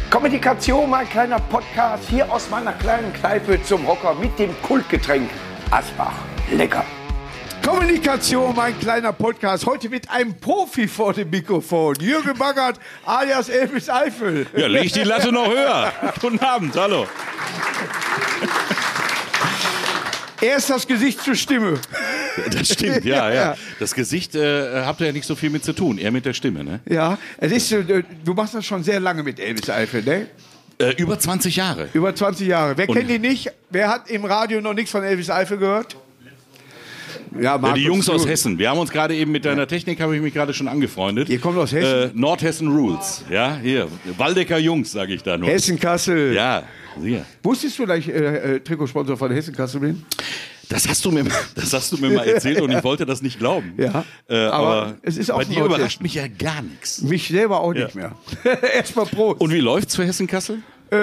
Kommunikation, mein kleiner Podcast, hier aus meiner kleinen Kneipe zum Hocker mit dem Kultgetränk Asbach. Lecker. Kommunikation, mein kleiner Podcast, heute mit einem Profi vor dem Mikrofon. Jürgen Baggert alias Elvis Eifel. Ja, leg die Latte noch höher. Guten Abend, hallo. Erst das Gesicht zur Stimme. Das stimmt, ja. Das Gesicht habt ihr ja nicht so viel mit zu tun, eher mit der Stimme, ne? Ja, es ist, du machst das schon sehr lange mit Elvis Eifel, ne? Über 20 Jahre. Über 20 Jahre. Wer kennt ihn nicht? Wer hat im Radio noch nichts von Elvis Eifel gehört? Ja, die Jungs aus Hessen. Wir haben uns gerade eben mit deiner Technik, habe ich mich gerade schon angefreundet. Ihr kommt aus Hessen? Nordhessen Rules. Ja, hier. Waldecker Jungs, sage ich da nur. Hessen-Kassel. Ja, sicher. Wusstest du, dass ich Trikotsponsor von Hessen-Kassel bin? Das hast du mir mal erzählt und ich wollte das nicht glauben. Ja, aber es ist auch bei dir überrascht mich ja gar nichts. Mich selber auch nicht mehr. Erstmal Prost. Und wie läuft's für Hessen-Kassel?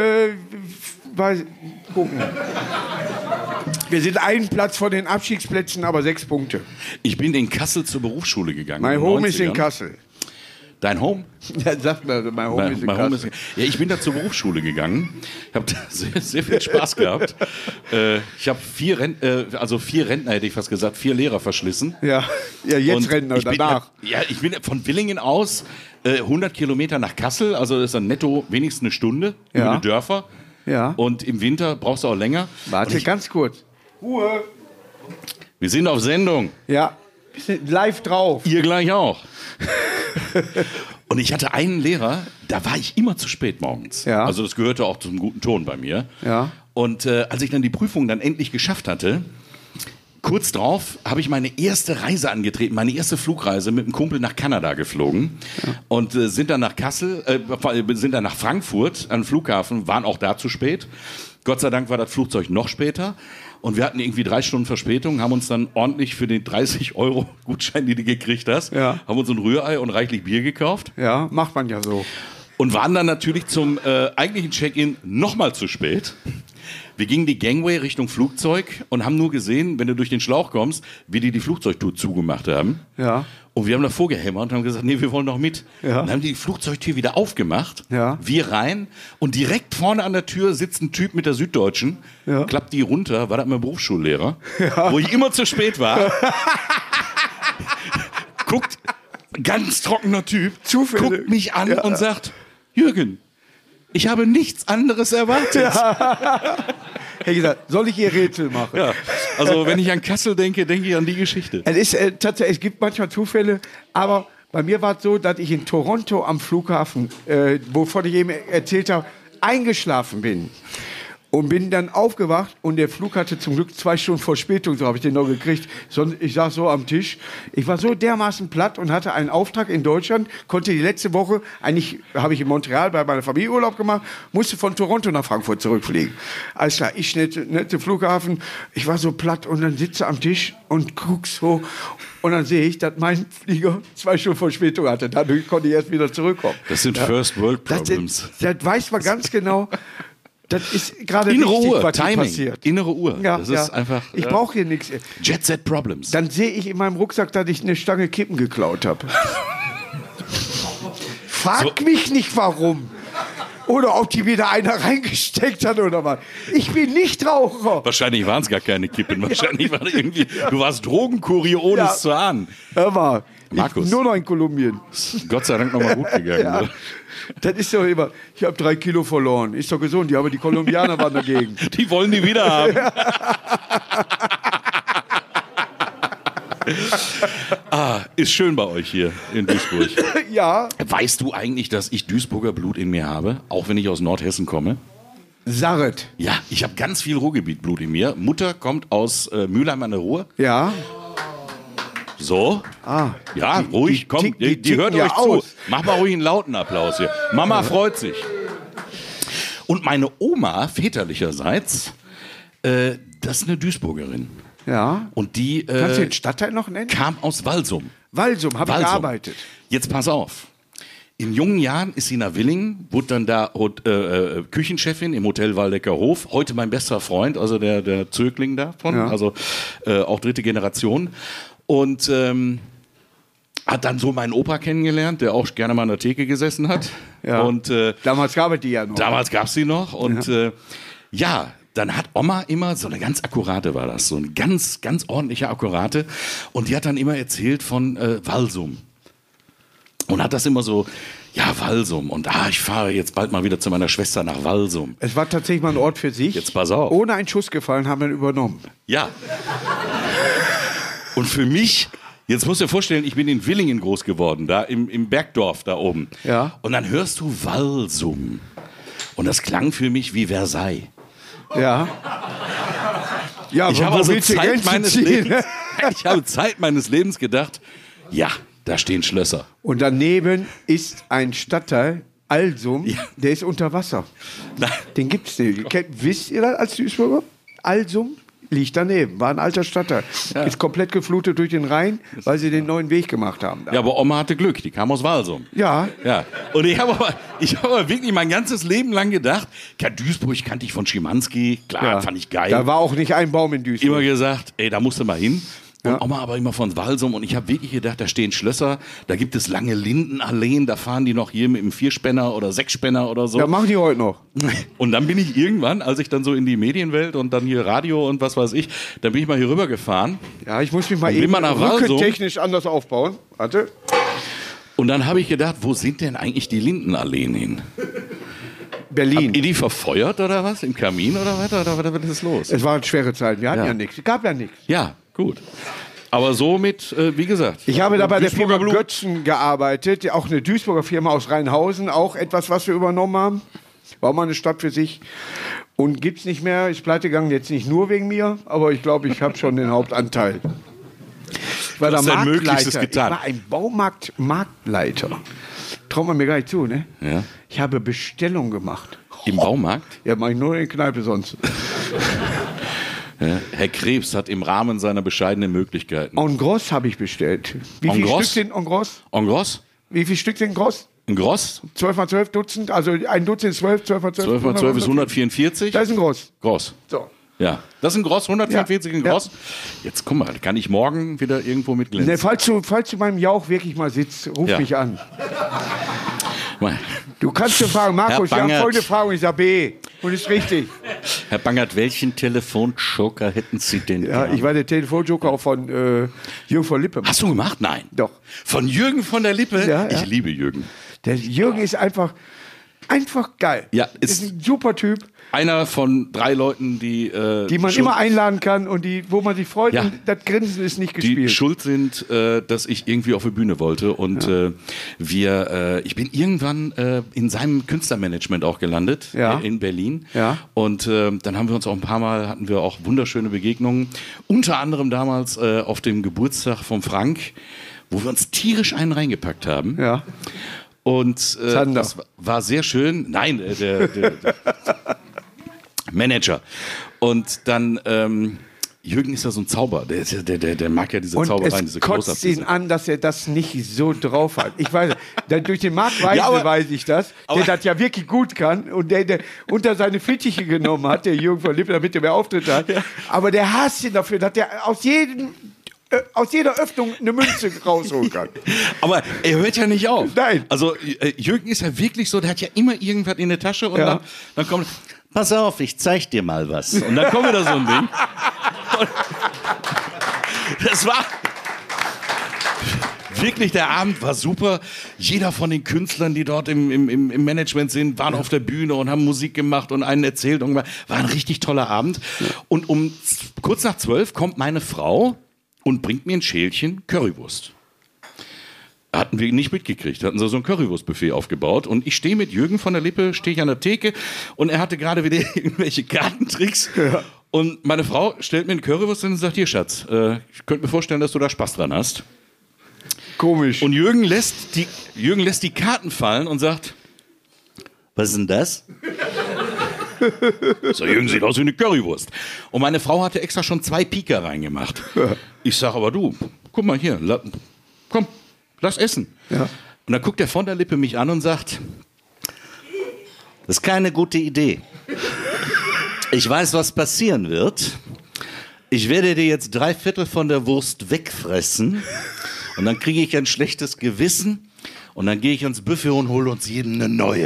Gucken. Wir sind einen Platz vor den Abstiegsplätzen, aber 6 Punkte. Ich bin in Kassel zur Berufsschule gegangen. Mein Home ist in Kassel. Dein Home? Ja, sag mal, mein Home ist in Kassel. Ja, ich bin da zur Berufsschule gegangen. Ich habe sehr, sehr viel Spaß gehabt. Ich habe 4 Rentner, hätte ich fast gesagt, 4 Lehrer verschlissen. Ja jetzt und Rentner, danach. Ich bin von Villingen aus 100 Kilometer nach Kassel, also das ist dann netto wenigstens eine Stunde über die Dörfer. Ja. Und im Winter brauchst du auch länger. Warte, ganz kurz. Ruhe. Wir sind auf Sendung. Ja, wir sind live drauf. Ihr gleich auch. Und ich hatte einen Lehrer, da war ich immer zu spät morgens. Ja. Also das gehörte auch zum guten Ton bei mir. Ja. Und als ich dann die Prüfung dann endlich geschafft hatte, kurz drauf habe ich meine erste Reise angetreten, meine erste Flugreise mit einem Kumpel nach Kanada geflogen. Ja. Und sind dann nach sind dann nach Frankfurt an den Flughafen, waren auch da zu spät. Gott sei Dank war das Flugzeug noch später. Und wir hatten irgendwie 3 Stunden Verspätung, haben uns dann ordentlich für den 30€ Gutschein, die du gekriegt hast, haben uns ein Rührei und reichlich Bier gekauft. Ja, macht man ja so. Und waren dann natürlich zum eigentlichen Check-in nochmal zu spät. Wir gingen die Gangway Richtung Flugzeug und haben nur gesehen, wenn du durch den Schlauch kommst, wie die Flugzeugtür zugemacht haben. Ja. Und wir haben davor gehämmert und haben gesagt, nee, wir wollen noch mit. Ja. Dann haben die Flugzeugtür wieder aufgemacht, wir rein und direkt vorne an der Tür sitzt ein Typ mit der Süddeutschen, klappt die runter, war das mein Berufsschullehrer, wo ich immer zu spät war. Guckt, ganz trockener Typ, guckt mich an und sagt, Jürgen, ich habe nichts anderes erwartet. Hey, gesagt, soll ich ihr Rätsel machen? Ja, also wenn ich an Kassel denke, denke ich an die Geschichte. Es gibt manchmal Zufälle, aber bei mir war es so, dass ich in Toronto am Flughafen, wovon ich eben erzählt habe, eingeschlafen bin. Und bin dann aufgewacht und der Flug hatte zum Glück 2 Stunden Verspätung, so habe ich den noch gekriegt. Ich saß so am Tisch. Ich war so dermaßen platt und hatte einen Auftrag in Deutschland, konnte die letzte Woche, eigentlich habe ich in Montreal bei meiner Familie Urlaub gemacht, musste von Toronto nach Frankfurt zurückfliegen. Alles klar, ich nette Flughafen, ich war so platt und dann sitze am Tisch und guck so und dann sehe ich, dass mein Flieger 2 Stunden Verspätung hatte. Dadurch konnte ich erst wieder zurückkommen. Das sind First World Problems. Das weiß man ganz genau. Das ist gerade wichtig, was hier passiert. Innere Uhr. Ja, das ist einfach. Ich brauche hier nichts. Jet Set Problems. Dann sehe ich in meinem Rucksack, dass ich eine Stange Kippen geklaut habe. Frag mich nicht, warum. Oder ob die wieder einer reingesteckt hat oder was. Ich bin nicht Raucher. Wahrscheinlich waren es gar keine Kippen. Wahrscheinlich war das irgendwie. Du warst Drogenkurier, ohne es zu ahnen. Hör mal. Markus. Nur noch in Kolumbien. Gott sei Dank noch mal gut gegangen. Ja. Das ist doch immer, ich habe 3 Kilo verloren. Ist doch gesund, aber die Kolumbianer waren dagegen. Die wollen die wieder haben. Ist schön bei euch hier in Duisburg. Ja. Weißt du eigentlich, dass ich Duisburger Blut in mir habe, auch wenn ich aus Nordhessen komme? Sarret. Ja, ich habe ganz viel Ruhrgebietblut in mir. Mutter kommt aus Mülheim an der Ruhr. Ja. So. Ja, ruhig, komm, die hört euch zu. Mach mal ruhig einen lauten Applaus hier. Mama freut sich. Und meine Oma, väterlicherseits, das ist eine Duisburgerin. Ja. Und die kannst du den Stadtteil noch nennen? Kam aus Walsum. Walsum, habe ich gearbeitet. Jetzt pass auf. In jungen Jahren ist sie nach Willingen, wurde dann da Küchenchefin im Hotel Waldecker Hof. Heute mein bester Freund, also der Zögling davon, also auch 3. Generation. Und hat dann so meinen Opa kennengelernt, der auch gerne mal an der Theke gesessen hat. Ja. Und, damals gab es die ja noch. Damals gab es die noch. Und dann hat Oma immer, so eine ganz akkurate war das, so eine ganz, ganz ordentliche Akkurate. Und die hat dann immer erzählt von Walsum. Und hat das immer so, ja, Walsum. Und ich fahre jetzt bald mal wieder zu meiner Schwester nach Walsum. Es war tatsächlich mal ein Ort für sich. Jetzt pass auf. Ohne einen Schuss gefallen, haben wir ihn übernommen. Ja. Und für mich, jetzt musst du dir vorstellen, ich bin in Willingen groß geworden, da im Bergdorf da oben. Ja. Und dann hörst du Walsum. Und das klang für mich wie Versailles. Ja. Ja, Ich habe also Zeit meines Lebens gedacht, ja, da stehen Schlösser. Und daneben ist ein Stadtteil, Alsum, der ist unter Wasser. Nein. Den gibt's nicht. Wisst ihr das als Duisburger? Alsum liegt daneben, war ein alter Stadtteil. Ja. Ist komplett geflutet durch den Rhein, weil sie den neuen Weg gemacht haben. Ja, aber Oma hatte Glück, die kam aus Walsum. Ja. Und ich habe aber wirklich mein ganzes Leben lang gedacht, Duisburg kannte ich von Schimanski, klar, fand ich geil. Da war auch nicht ein Baum in Duisburg. Immer gesagt, da musst du mal hin. Und Oma aber immer von Walsum. Und ich habe wirklich gedacht, da stehen Schlösser, da gibt es lange Lindenalleen, da fahren die noch hier mit einem 4-Spänner oder 6-Spänner oder so. Ja, machen die heute noch. Und dann bin ich irgendwann, als ich dann so in die Medienwelt und dann hier Radio und was weiß ich, dann bin ich mal hier rüber gefahren. Ja, ich muss mich mal eben rückentechnisch anders aufbauen. Warte. Und dann habe ich gedacht, wo sind denn eigentlich die Lindenalleen hin? Berlin. Habt ihr die verfeuert oder was? Im Kamin oder was? Oder was ist los? Es waren schwere Zeiten, wir hatten ja nichts. Es gab ja nichts. Ja, gut. Aber somit, wie gesagt. Ich habe da bei der Firma Götzen gearbeitet, auch eine Duisburger Firma aus Rheinhausen, auch etwas, was wir übernommen haben. War mal eine Stadt für sich. Und gibt es nicht mehr, ist pleite gegangen, jetzt nicht nur wegen mir, aber ich glaube, ich habe schon den Hauptanteil. Ich war da Marktleiter. Ich war ein Baumarkt-Marktleiter. Traut man mir gar nicht zu, ne? Ja. Ich habe Bestellung gemacht. Im Baumarkt? Ja, mache ich nur in Kneipe sonst. Ja. Herr Krebs hat im Rahmen seiner bescheidenen Möglichkeiten. En gros habe ich bestellt. Wie viele Stück sind en gros? En gros? Wie viele Stück sind groß? Ein Gross? 12 mal 12 Dutzend, also ein Dutzend 12, 12 mal 12. 12 mal 12 ist 144. Das ist ein Gross. Gross. So. Ja, das ist ein Gross, 144 ein Gross. Jetzt guck mal, kann ich morgen wieder irgendwo mitglänzen. Ne, falls du beim Jauch wirklich mal sitzt, ruf mich an. Du kannst dir fragen, Markus, wir haben folgende Frage. Und ich sage B. Und ist richtig. Herr Bangert, welchen Telefonjoker hätten Sie denn? Ja, ich war der Telefonjoker auch von Jürgen von Lippe. Hast du gemacht? Nein. Doch. Von Jürgen von der Lippe? Ja, ich liebe Jürgen. Der Jürgen ist einfach geil. Ja, ist ein super Typ. Einer von 3 Leuten, die man immer einladen kann und wo man sich freut. Ja. Und das Grinsen ist nicht gespielt. Die schuld sind, dass ich irgendwie auf die Bühne wollte. Und ich bin irgendwann in seinem Künstlermanagement auch gelandet, in Berlin. Ja. Und dann haben wir uns auch ein paar Mal, hatten wir auch wunderschöne Begegnungen. Unter anderem damals auf dem Geburtstag von Frank, wo wir uns tierisch einen reingepackt haben. Ja. Und das war sehr schön. Nein, der Manager. Und dann, Jürgen ist ja so ein Zauberer. Der mag ja diese Zaubereien, diese Close-ups. Es kotzt ihn an, dass er das nicht so drauf hat. Ich weiß, durch den Marc Weise weiß ich das, der das ja wirklich gut kann und der unter seine Fittiche genommen hat, der Jürgen von Lippe, damit er mehr Auftritt hat. Ja. Aber der hasst ihn dafür, dass der aus jeder Öffnung eine Münze rausholen kann. Aber er hört ja nicht auf. Nein. Also Jürgen ist ja wirklich so, der hat ja immer irgendwas in der Tasche und dann kommt, pass auf, ich zeig dir mal was. Und dann kommt wieder so ein Ding. Und das war wirklich, der Abend war super. Jeder von den Künstlern, die dort im Management sind, waren auf der Bühne und haben Musik gemacht und einen erzählt. Und war ein richtig toller Abend. Ja. Und kurz nach 12 kommt meine Frau und bringt mir ein Schälchen Currywurst. Hatten wir nicht mitgekriegt. Hatten sie so ein Currywurstbuffet aufgebaut. Und ich stehe mit Jürgen von der Lippe, stehe ich an der Theke und er hatte gerade wieder irgendwelche Kartentricks. Ja. Und meine Frau stellt mir einen Currywurst hin und sagt, hier Schatz, ich könnte mir vorstellen, dass du da Spaß dran hast. Komisch. Und Jürgen lässt die Karten fallen und sagt, was ist denn das? So, Jürgen sieht aus wie eine Currywurst. Und meine Frau hatte extra schon 2 Pieker reingemacht. Ja. Ich sage aber du, guck mal hier, komm, lass essen. Ja. Und dann guckt der von der Lippe mich an und sagt, das ist keine gute Idee. Ich weiß, was passieren wird. Ich werde dir jetzt 3/4 von der Wurst wegfressen Und dann kriege ich ein schlechtes Gewissen und dann gehe ich ans Buffet und hole uns jeden eine neue.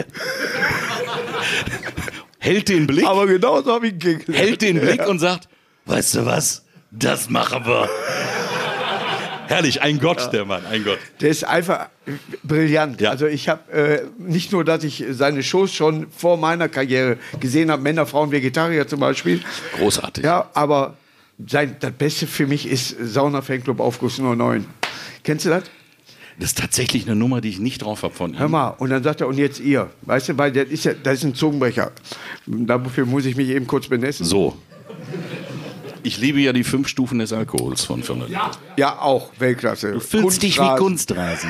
Hält den Blick. Aber genau so habe ich gekriegt. Hält den Blick und sagt, weißt du was? Das machen wir. Herrlich, ein Gott, der Mann, ein Gott. Der ist einfach brillant. Ja. Also ich habe nicht nur, dass ich seine Shows schon vor meiner Karriere gesehen habe, Männer, Frauen, Vegetarier zum Beispiel. Großartig. Ja, aber das Beste für mich ist Sauna Fanclub Aufguss 09. Kennst du das? Das ist tatsächlich eine Nummer, die ich nicht drauf habe von ihm. Hör mal, und dann sagt er, und jetzt ihr. Weißt du, weil das ist ein Zungenbrecher. Dafür muss ich mich eben kurz benessen. So. Ich liebe ja die 5 Stufen des Alkohols von Firmen. Ja, auch Weltklasse. Du fühlst dich wie Kunstrasen.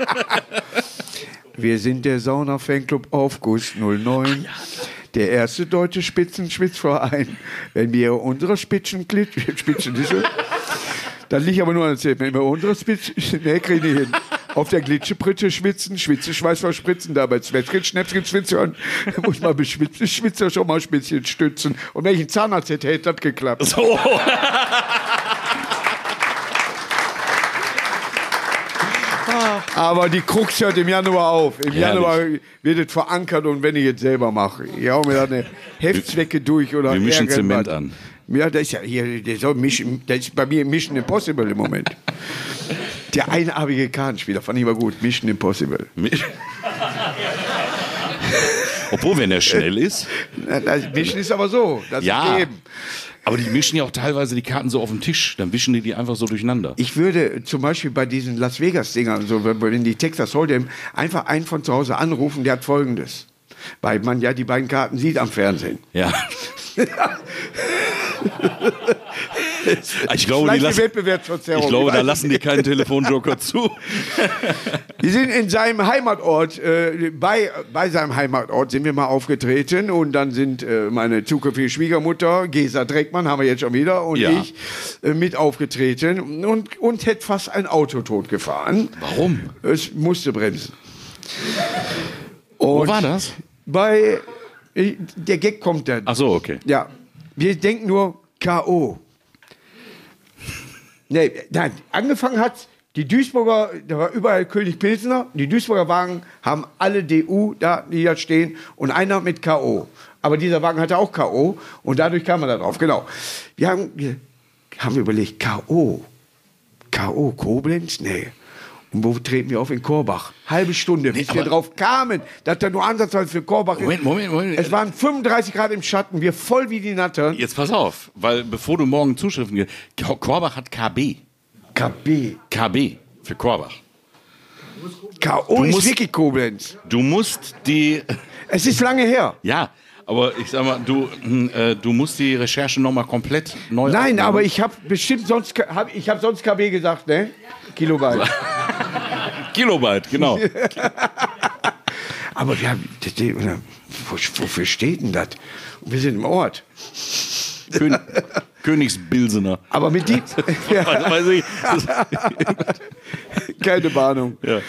Wir sind der Sauna-Fanclub Aufguss 09. Der erste deutsche Spitzenschwitzverein. Wenn wir unsere Spitzen, dann liegt aber nur an erzählt. Wenn wir unsere Spitzen, ne, kriegen die hin. Auf der Glitsche-Pritsche schwitzen, Schweiß verspritzen, dabei Zwetschgen, Schnäpschen, Schwitzern. Da muss man beschwitzen, Schwitzer schon mal ein bisschen stützen. Und wenn ich einen Zahnarzt hätte, hätte das geklappt. So. Aber die Krux hört im Januar auf. Im Januar wird es verankert und wenn ich es selber mache. Ich hau mir da eine Heftzwecke durch oder wir mischen Zement an. Ja, das ist ja hier, das ist bei mir Mission Impossible im Moment. Der einarmige Kartenspieler fand ich mal gut. Mission Impossible. Obwohl, wenn er schnell ist. Mission ist aber so. Das ist gegeben. Aber die mischen ja auch teilweise die Karten so auf den Tisch. Dann wischen die einfach so durcheinander. Ich würde zum Beispiel bei diesen Las Vegas-Dingern, so wenn die Texas Hold'em, einfach einen von zu Hause anrufen, der hat Folgendes. Weil man ja die beiden Karten sieht am Fernsehen. Ja. Ich glaube, da lassen die keinen Telefonjoker zu. Wir sind in seinem Heimatort, bei seinem Heimatort sind wir mal aufgetreten und dann sind meine zukünftige Schwiegermutter, Gesa Dreckmann, haben wir jetzt schon wieder, und ich mit aufgetreten und hätte fast ein Auto totgefahren. Warum? Es musste bremsen. Wo war das? Der Gag kommt dann. Ach so, okay. Ja, wir denken nur K.O. Nee, nein, angefangen hat die Duisburger, da war überall König Pilsner, die Duisburger Wagen haben alle DU da, die da stehen und einer mit K.O. Aber dieser Wagen hatte auch K.O. und dadurch kam man da drauf, genau. Wir haben überlegt, K.O. Koblenz? Nee. Und wo treten wir auf? In Korbach. Halbe Stunde, bis wir drauf kamen, dass da nur ansatzweise für Korbach ist. Moment. Es waren 35 Grad im Schatten, wir voll wie die Natter. Jetzt pass auf, weil bevor du morgen Zuschriften gibst, Korbach hat KB. KB für Korbach. K.O. ist wirklich Koblenz. Du musst die... Es ist lange her. Ja, aber ich sag mal, du musst die Recherche nochmal komplett neu Nein, aufnehmen. aber ich habe bestimmt sonst KB gesagt, ne? Kilobyte. Kilobyte, genau. Aber wir haben, wofür steht denn das? Wir sind im Ort. Königsbilsener. Aber mit die... Weiß ich. Keine Warnung. Ja.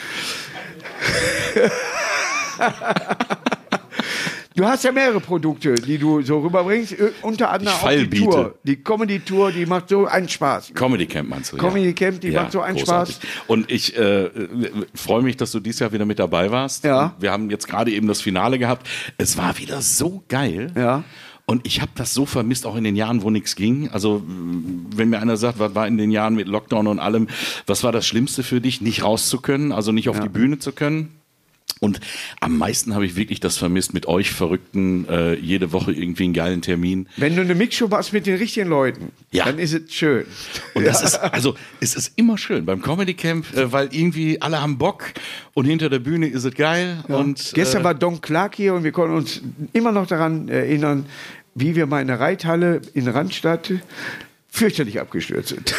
Du hast ja mehrere Produkte, die du so rüberbringst, unter anderem auch die Tour. Die Comedy-Tour, die macht so einen Spaß. Comedy Camp meinst du? Comedy Camp, die macht so einen großartig. Spaß. Und ich freue mich, dass du dieses Jahr wieder mit dabei warst. Ja. Wir haben jetzt gerade eben das Finale gehabt. Es war wieder so geil. Ja. Und ich habe das so vermisst, auch in den Jahren, wo nichts ging. Also wenn mir einer sagt, was war in den Jahren mit Lockdown und allem, was war das Schlimmste für dich, nicht raus zu können, also nicht auf die Bühne zu können? Und am meisten habe ich wirklich das vermisst, mit euch Verrückten jede Woche irgendwie einen geilen Termin. Wenn du eine Mixshow machst mit den richtigen Leuten, dann ist es schön. Und das ist, also es ist immer schön beim Comedy Camp, weil irgendwie alle haben Bock und hinter der Bühne ist es geil. Ja. Und, gestern war Don Clark hier und wir konnten uns immer noch daran erinnern, wie wir mal in der Reithalle in Randstadt fürchterlich abgestürzt sind.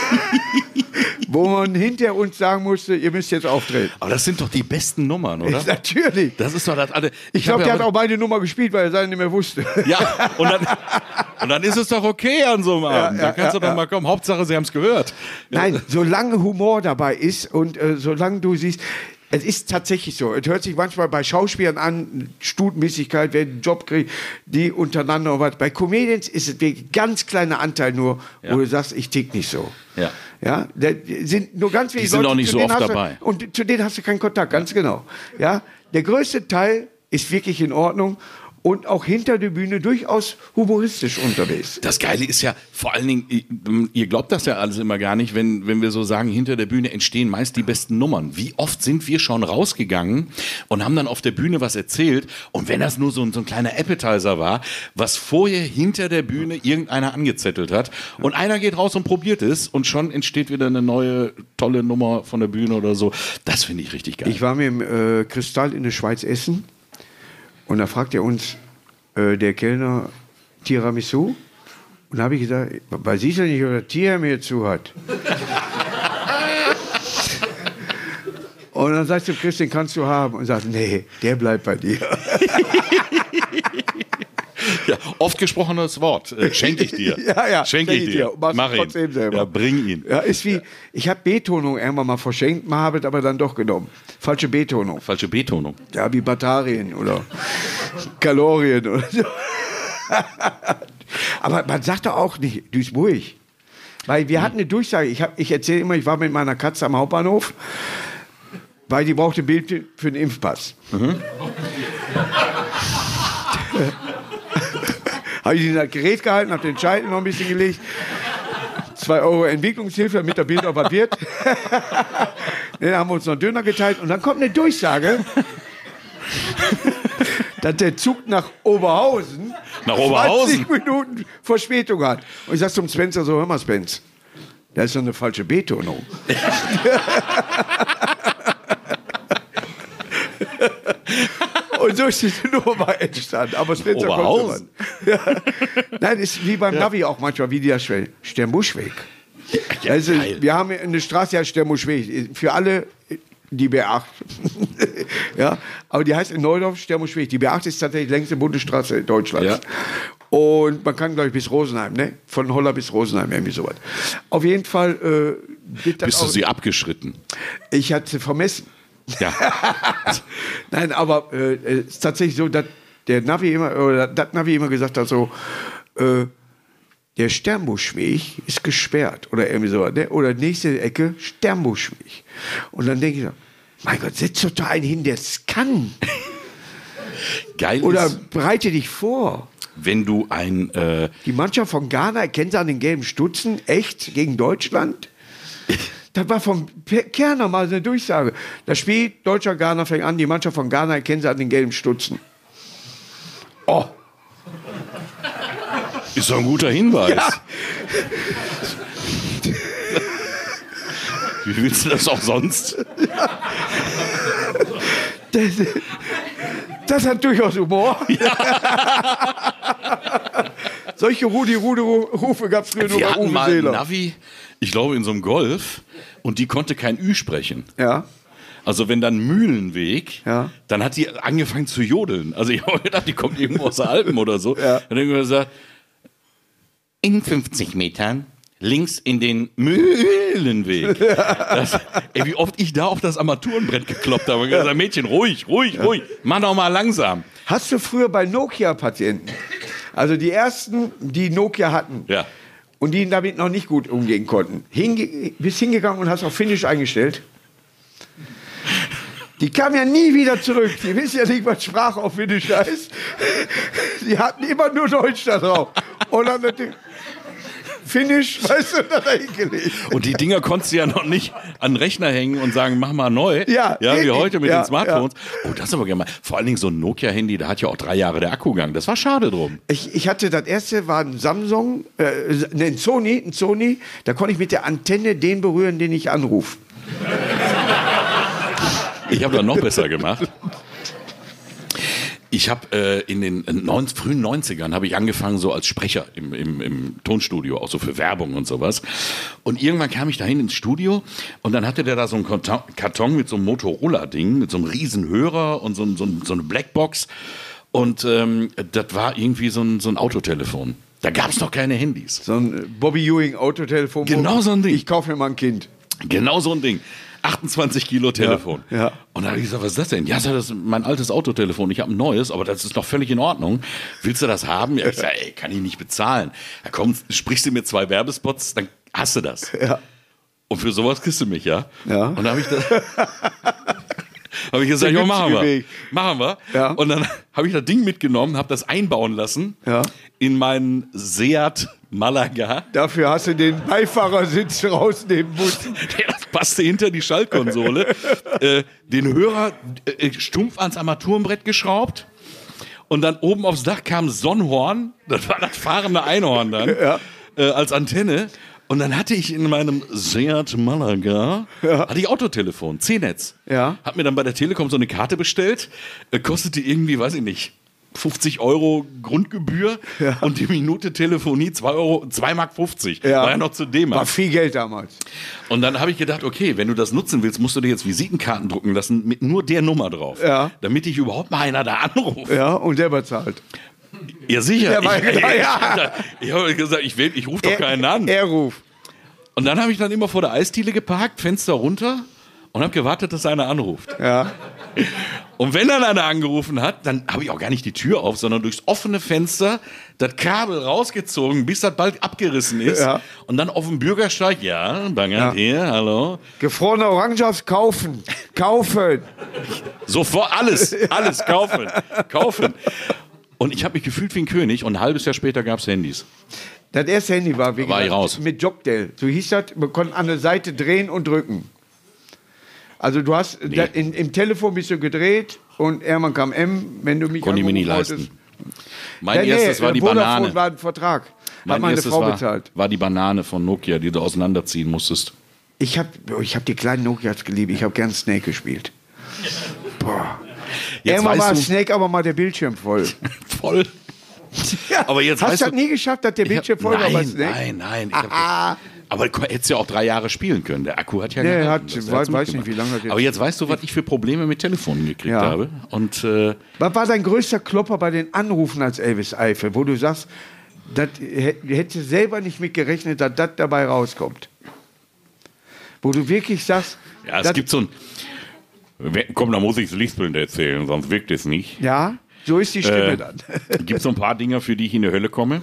Wo man hinter uns sagen musste, ihr müsst jetzt auftreten. Aber das sind doch die besten Nummern, oder? Natürlich. Das ist doch das alle. Ich glaube, der hat auch meine Nummer gespielt, weil er seine nicht mehr wusste. Ja, und dann ist es doch okay an so einem Abend. Da kannst du doch mal kommen. Hauptsache, sie haben es gehört. Nein, solange Humor dabei ist und solange du siehst, es ist tatsächlich so. Es hört sich manchmal bei Schauspielern an, Stutenmäßigkeit, wer einen Job kriegt, die untereinander und was. Bei Comedians ist es wirklich ein ganz kleiner Anteil nur, wo du sagst, ich tick nicht so. Ja. Ja, da sind nur ganz wenige Leute. Die sind auch nicht so oft dabei. Und zu denen hast du keinen Kontakt, ganz genau. Ja, der größte Teil ist wirklich in Ordnung. Und auch hinter der Bühne durchaus humoristisch unterwegs. Das Geile ist ja, vor allen Dingen, ihr glaubt das ja alles immer gar nicht, wenn wir so sagen, hinter der Bühne entstehen meist die besten Nummern. Wie oft sind wir schon rausgegangen und haben dann auf der Bühne was erzählt und wenn das nur so ein kleiner Appetizer war, was vorher hinter der Bühne irgendeiner angezettelt hat und einer geht raus und probiert es und schon entsteht wieder eine neue, tolle Nummer von der Bühne oder so. Das finde ich richtig geil. Ich war mit dem Kristall in der Schweiz essen. Und da fragt er uns, der Kellner, Tiramisu? Und da habe ich gesagt, weiß ich ja nicht, ob der Tier mir zu hat. Und dann sagt du, Chris, den kannst du haben. Und sagt, nee, der bleibt bei dir. Ja, oft gesprochenes Wort. Schenke ich dir. Ja, schenke ich dir. Mach ihn. Selber. Ja, bring ihn. Ja, ist wie, ich habe Betonung irgendwann mal verschenkt, habe es aber dann doch genommen. Falsche Betonung. Falsche Betonung. Ja, wie Batterien oder Kalorien oder so. Aber man sagt doch auch nicht, Duisburg. Weil wir hatten eine Durchsage, ich erzähle immer, ich war mit meiner Katze am Hauptbahnhof, weil die brauchte ein Bild für den Impfpass. Habe ich sie in das Gerät gehalten, habe den Scheitel noch ein bisschen gelegt. 2 Euro Entwicklungshilfe, damit das Bild auch was wird. Dann haben wir uns noch einen Döner geteilt und dann kommt eine Durchsage, dass der Zug nach Oberhausen 20 Minuten Verspätung hat. Und ich sag zum Spencer so, hör mal Spence, das ist doch eine falsche Betonung. Und so ist die Nummer entstanden. Aber Spencer konnte man. Ja. Nein, ist wie beim Navi auch manchmal, wie die das Sternbuschweg. Ja, also, wir haben eine Straße, die heißt Sternbuschweg. Für alle die B8. Ja, aber die heißt in Neudorf Sternbuschweg. Die B8 ist tatsächlich die längste Bundesstraße Deutschlands. Ja. Und man kann, glaube ich, bis Rosenheim, ne? Von Holler bis Rosenheim, irgendwie sowas. Auf jeden Fall. Bist du sie abgeschritten? Ich hatte sie vermessen. Ja. Nein, aber es ist tatsächlich so, dass der Navi immer gesagt hat, so, der Sternbuschweg ist gesperrt oder irgendwie so, ne? Oder nächste Ecke Sternbuschweg. Und dann denke ich so, mein Gott, setz doch da einen hin, der es kann. Geil oder ist, bereite dich vor. Wenn du die Mannschaft von Ghana, erkennt sie an den gelben Stutzen, echt, gegen Deutschland? Das war vom Kerner mal eine Durchsage. Das Spiel deutscher Ghana fängt an, die Mannschaft von Ghana erkennt sie an den gelben Stutzen. Oh. Ist doch ein guter Hinweis. Ja. Wie willst du das auch sonst? Ja. Das hat durchaus Humor. Ja. Solche Rudi-Rufe gab es früher nur bei Uwe Seeler. Wir hatten mal ein Navi, ich glaube in so einem Golf, und die konnte kein Ü sprechen. Ja. Also wenn dann Mühlenweg, ja, dann hat die angefangen zu jodeln. Also ich habe gedacht, die kommt irgendwo aus der Alpen oder so. Ja. Dann haben wir gesagt, in 50 Metern links in den Mühlenweg. Ja. Wie oft ich da auf das Armaturenbrett gekloppt habe und gesagt, Mädchen, ruhig, mach doch mal langsam. Hast du früher bei Nokia-Patienten, also die ersten, die Nokia hatten, ja, und die damit noch nicht gut umgehen konnten, bist hingegangen und hast auf Finnisch eingestellt? Die kamen ja nie wieder zurück. Die wissen ja nicht, was Sprache auf Finnisch heißt. Die hatten immer nur Deutsch da drauf. Und dann Finnisch, weißt du, da hingelegt. Und die Dinger konntest du ja noch nicht an den Rechner hängen und sagen, mach mal neu. Ja, wie heute mit den Smartphones. Ja. Oh, das ist aber gerne mal. Vor allen Dingen so ein Nokia-Handy, da hat ja auch 3 Jahre der Akku gegangen. Das war schade drum. Ich hatte das erste, war ein Samsung, ein Sony, da konnte ich mit der Antenne den berühren, den ich anrufe. Ich habe das noch besser gemacht. Ich habe in den frühen 90ern habe ich angefangen so als Sprecher im Tonstudio, auch so für Werbung und sowas. Und irgendwann kam ich dahin ins Studio und dann hatte der da so einen Karton mit so einem Motorola-Ding, mit so einem riesen Hörer und so eine Blackbox. Und das war irgendwie so ein Autotelefon. Da gab es noch keine Handys. So ein Bobby Ewing Autotelefon. Genau so ein Ding. Ich kaufe mir mal ein Kind. Genau so ein Ding. 28 Kilo Telefon. Ja, ja. Und dann habe ich gesagt, was ist das denn? Ja, das ist mein altes Autotelefon. Ich habe ein neues, aber das ist noch völlig in Ordnung. Willst du das haben? Ja, ich sage, kann ich nicht bezahlen. Da sprichst du mir 2 Werbespots, dann hast du das. Ja. Und für sowas kriegst du mich, ja? Ja. Und dann habe ich das... habe ich gesagt, ja, machen wir. Ja. Und dann habe ich das Ding mitgenommen, habe das einbauen lassen in meinen Seat Malaga. Dafür hast du den Beifahrersitz rausnehmen müssen. Das passte hinter die Schaltkonsole. Den Hörer stumpf ans Armaturenbrett geschraubt. Und dann oben aufs Dach kam Sonnenhorn. Das war das fahrende Einhorn dann. Als Antenne. Und dann hatte ich in meinem Seat Malaga hatte ich Autotelefon, C-Netz. Ja. Hab mir dann bei der Telekom so eine Karte bestellt, kostete irgendwie, weiß ich nicht, 50 € Grundgebühr und die Minute Telefonie 2,50 Mark. War ja noch zu D-Mark. War viel Geld damals. Und dann habe ich gedacht, okay, wenn du das nutzen willst, musst du dir jetzt Visitenkarten drucken lassen mit nur der Nummer drauf. Ja. Damit dich überhaupt mal einer da anruft. Ja, und der bezahlt. Ja, sicher. Ich habe gesagt, ich rufe doch keinen an. Er ruft. Und dann habe ich dann immer vor der Eisdiele geparkt, Fenster runter und habe gewartet, dass einer anruft. Ja. Und wenn dann einer angerufen hat, dann habe ich auch gar nicht die Tür auf, sondern durchs offene Fenster das Kabel rausgezogen, bis das bald abgerissen ist. Ja. Und dann auf dem Bürgersteig, Bangert hier, hallo. Gefrorene Orangensaft kaufen. Sofort alles kaufen. Und ich habe mich gefühlt wie ein König und ein halbes Jahr später gab es Handys. Das erste Handy war ich raus. Mit Jogdell. So hieß das, man konnte an der Seite drehen und drücken. Also du hast, im Telefon bist du gedreht und irgendwann kam wenn du mich konnte ich mir nie leisten. Mein erstes war die Banane. War ein Vertrag. Mein meine erstes Frau bezahlt. War die Banane von Nokia, die du auseinanderziehen musstest. Ich hab die kleinen Nokias geliebt. Ich habe gern Snake gespielt. Boah. Irgendwann war Snake aber mal der Bildschirm voll. Voll? Ja. Aber jetzt hast du das nie geschafft, dass der Bildschirm voll war bei Snake? Nein. Aber du hättest ja auch 3 Jahre spielen können. Der Akku hat ja weiß nicht, wie lange das jetzt. Aber jetzt weißt du, was ich für Probleme mit Telefonen gekriegt habe. Und, was war dein größter Klopper bei den Anrufen als Elvis Eifel, wo du sagst, das hättest du selber nicht mit gerechnet, dass das dabei rauskommt? Wo du wirklich sagst... Ja, es gibt so ein... Komm, da muss ich das Lispeln erzählen, sonst wirkt es nicht. Ja, so ist die Stimme dann. Gibt es so ein paar Dinge, für die ich in die Hölle komme?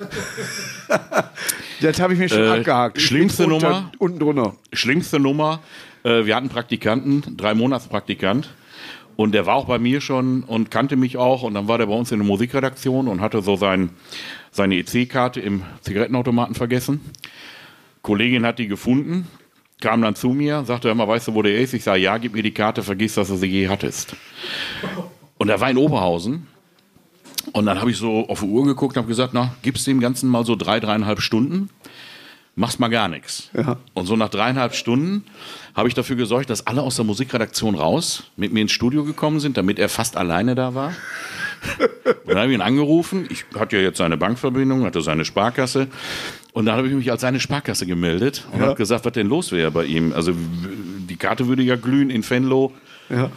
Das habe ich mir schon abgehakt. Schlimmste Nummer. Unten drunter. Schlimmste Nummer. Wir hatten Praktikanten, 3-Monats-Praktikant. Und der war auch bei mir schon und kannte mich auch. Und dann war der bei uns in der Musikredaktion und hatte so seine EC-Karte im Zigarettenautomaten vergessen. Kollegin hat die gefunden, kam dann zu mir, sagte, hör mal, weißt du, wo der ist? Ich sage, ja, gib mir die Karte, vergiss, dass du sie je hattest. Und er war in Oberhausen. Und dann habe ich so auf die Uhr geguckt und habe gesagt, na, gibst dem Ganzen mal so 3,5 Stunden, machst mal gar nichts. Ja. Und so nach 3,5 Stunden habe ich dafür gesorgt, dass alle aus der Musikredaktion raus mit mir ins Studio gekommen sind, damit er fast alleine da war. Und dann habe ich ihn angerufen. Ich hatte ja jetzt seine Bankverbindung, hatte seine Sparkasse. Und dann habe ich mich als seine Sparkasse gemeldet und habe gesagt, was denn los wäre bei ihm. Also die Karte würde ja glühen in Venlo. Ja.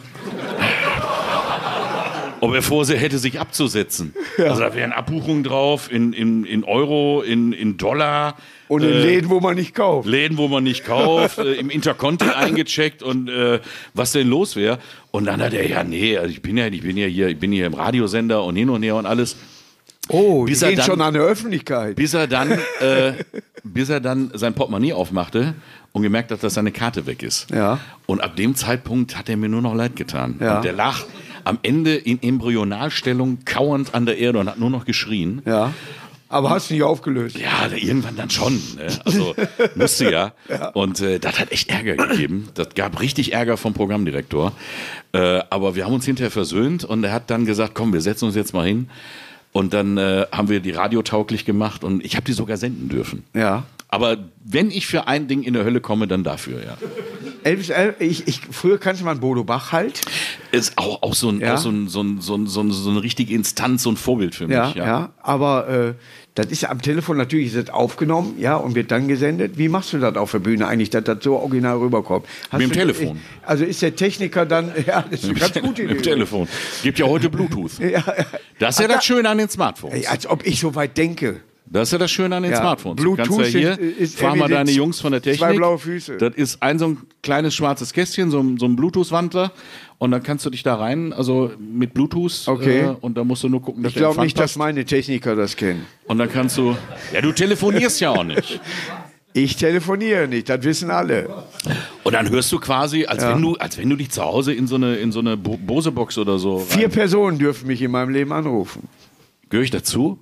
Ob er vorsähe, hätte sich abzusetzen. Ja. Also da wären Abbuchungen drauf in Euro, in Dollar. Und in Läden, wo man nicht kauft. Im Interconti eingecheckt und was denn los wäre. Und dann hat er, also ich bin hier im Radiosender und hin und her und alles. Oh, die gehen schon an der Öffentlichkeit. Bis er dann sein Portemonnaie aufmachte und gemerkt hat, dass seine Karte weg ist. Ja. Und ab dem Zeitpunkt hat er mir nur noch leid getan. Ja. Und der lag am Ende in Embryonalstellung kauernd an der Erde und hat nur noch geschrien. Ja. Aber hast du nicht aufgelöst? Ja, irgendwann dann schon. Ne? Also musste ja. Und das hat echt Ärger gegeben. Das gab richtig Ärger vom Programmdirektor. Aber wir haben uns hinterher versöhnt und er hat dann gesagt, komm, wir setzen uns jetzt mal hin. Und dann haben wir die radiotauglich gemacht und ich habe die sogar senden dürfen. Ja. Aber wenn ich für ein Ding in der Hölle komme, dann dafür, ja. Elvis, früher kannte man Bodo Bach halt. Ist auch so eine richtige Instanz, so ein Vorbild für mich. Ja. Aber das ist am Telefon natürlich ist das aufgenommen, ja, und wird dann gesendet. Wie machst du das auf der Bühne eigentlich, dass das so original rüberkommt? Mit dem Telefon. Also ist der Techniker dann, ja, das ist eine ganz gute Idee. Mit dem Telefon. Gibt ja heute Bluetooth. Das ist ja das Schöne an den Smartphones. Als ob ich so weit denke. Das ist ja das Schöne an den Smartphones. Bluetooth, du kannst ja hier, frag mal deine Jungs von der Technik. 2 blaue Füße. Das ist so ein kleines schwarzes Kästchen, so ein Bluetooth-Wandler. Und dann kannst du dich da rein, also mit Bluetooth. Okay. Und da musst du nur gucken, dass ich glaube nicht, dass meine Techniker das kennen. Und dann kannst du, ja, du telefonierst ja auch nicht. Ich telefoniere nicht, das wissen alle. Und dann hörst du quasi, als wenn du dich zu Hause in so eine Bose-Box oder so. 4 Personen dürfen mich in meinem Leben anrufen. Gehöre ich dazu?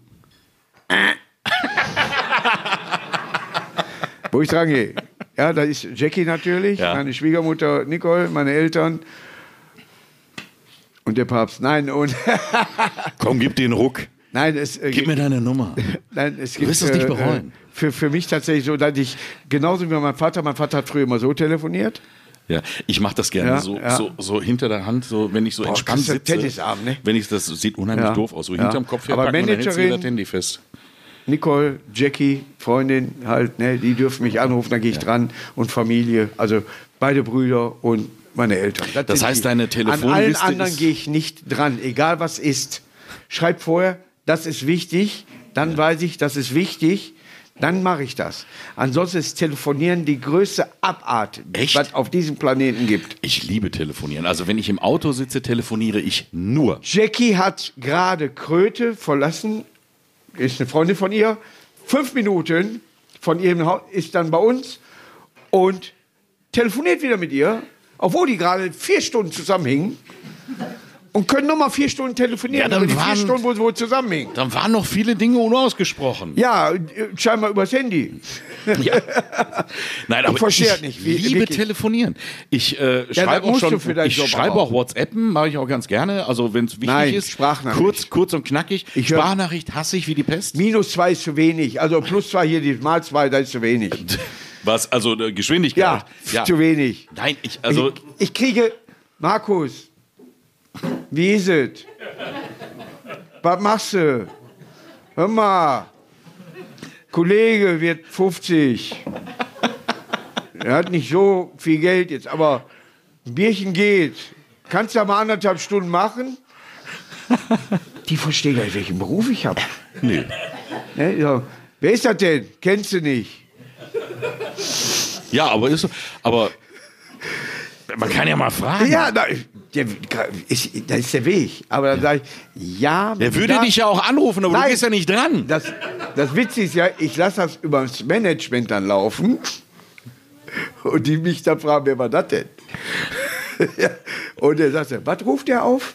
Wo ich dran gehe. Ja, da ist Jackie natürlich, meine Schwiegermutter Nicole, meine Eltern und der Papst. Nein, und. Komm, gib dir einen Ruck. Nein, gib mir deine Nummer. Nein, es gibt, du wirst es nicht bereuen. Für mich tatsächlich so, dass ich, genauso wie mein Vater hat früher immer so telefoniert. Ja, ich mache das gerne so hinter der Hand, so wenn ich so entspannt sitze. Tennisabend, ne? Wenn ich das sieht unheimlich doof aus, so hinterm Kopf herpacken, und dann hältst du das Handy fest. Nicole, Jackie, Freundin halt, ne, die dürfen mich anrufen, dann gehe ich dran und Familie, also beide Brüder und meine Eltern. Das heißt, deine Telefonliste. An allen anderen gehe ich nicht dran, egal was ist. Schreib vorher, das ist wichtig, dann weiß ich, das ist wichtig, dann mache ich das. Ansonsten ist Telefonieren die größte Abart, die es auf diesem Planeten gibt. Ich liebe Telefonieren. Also wenn ich im Auto sitze, telefoniere ich nur. Jackie hat gerade Kröte verlassen, ist eine Freundin von ihr, 5 Minuten von ihrem Haus ist dann bei uns und telefoniert wieder mit ihr, obwohl die gerade 4 Stunden zusammenhingen. Und können noch mal 4 Stunden telefonieren, ja, dann die 4 Stunden, wo sie wohl zusammenhängen. Dann waren noch viele Dinge unausgesprochen. Ja, scheinbar übers Handy. Ja. Nein, aber ich liebe telefonieren. Ich schreibe auch schon, ich schreibe auch WhatsAppen, mache ich auch ganz gerne. Also wenn es wichtig ist, Sprachnachricht. Kurz und knackig. Sprachnachricht hasse ich wie die Pest. -2 ist zu wenig. Also +2 hier, die +2, das ist zu wenig. Was? Also Geschwindigkeit? Ja, zu wenig. Nein, ich kriege, Markus, wie ist es? Was machst du? Hör mal, Kollege wird 50. Er hat nicht so viel Geld jetzt, aber ein Bierchen geht. Kannst du ja mal 1,5 Stunden machen? Die verstehen gar nicht, welchen Beruf ich habe. Nee. Ne, ja. Wer ist das denn? Kennst du nicht? Ja, aber ist so. Aber man kann ja mal fragen. Ja, das ist der Weg. Aber dann sage ich, ja. Der würde dich ja auch anrufen, aber du gehst ja nicht dran. Das Witzige ist ja, ich lasse das über das Management dann laufen. Und die mich dann fragen, wer war das denn? Ja. Und er sagt, was ruft der auf?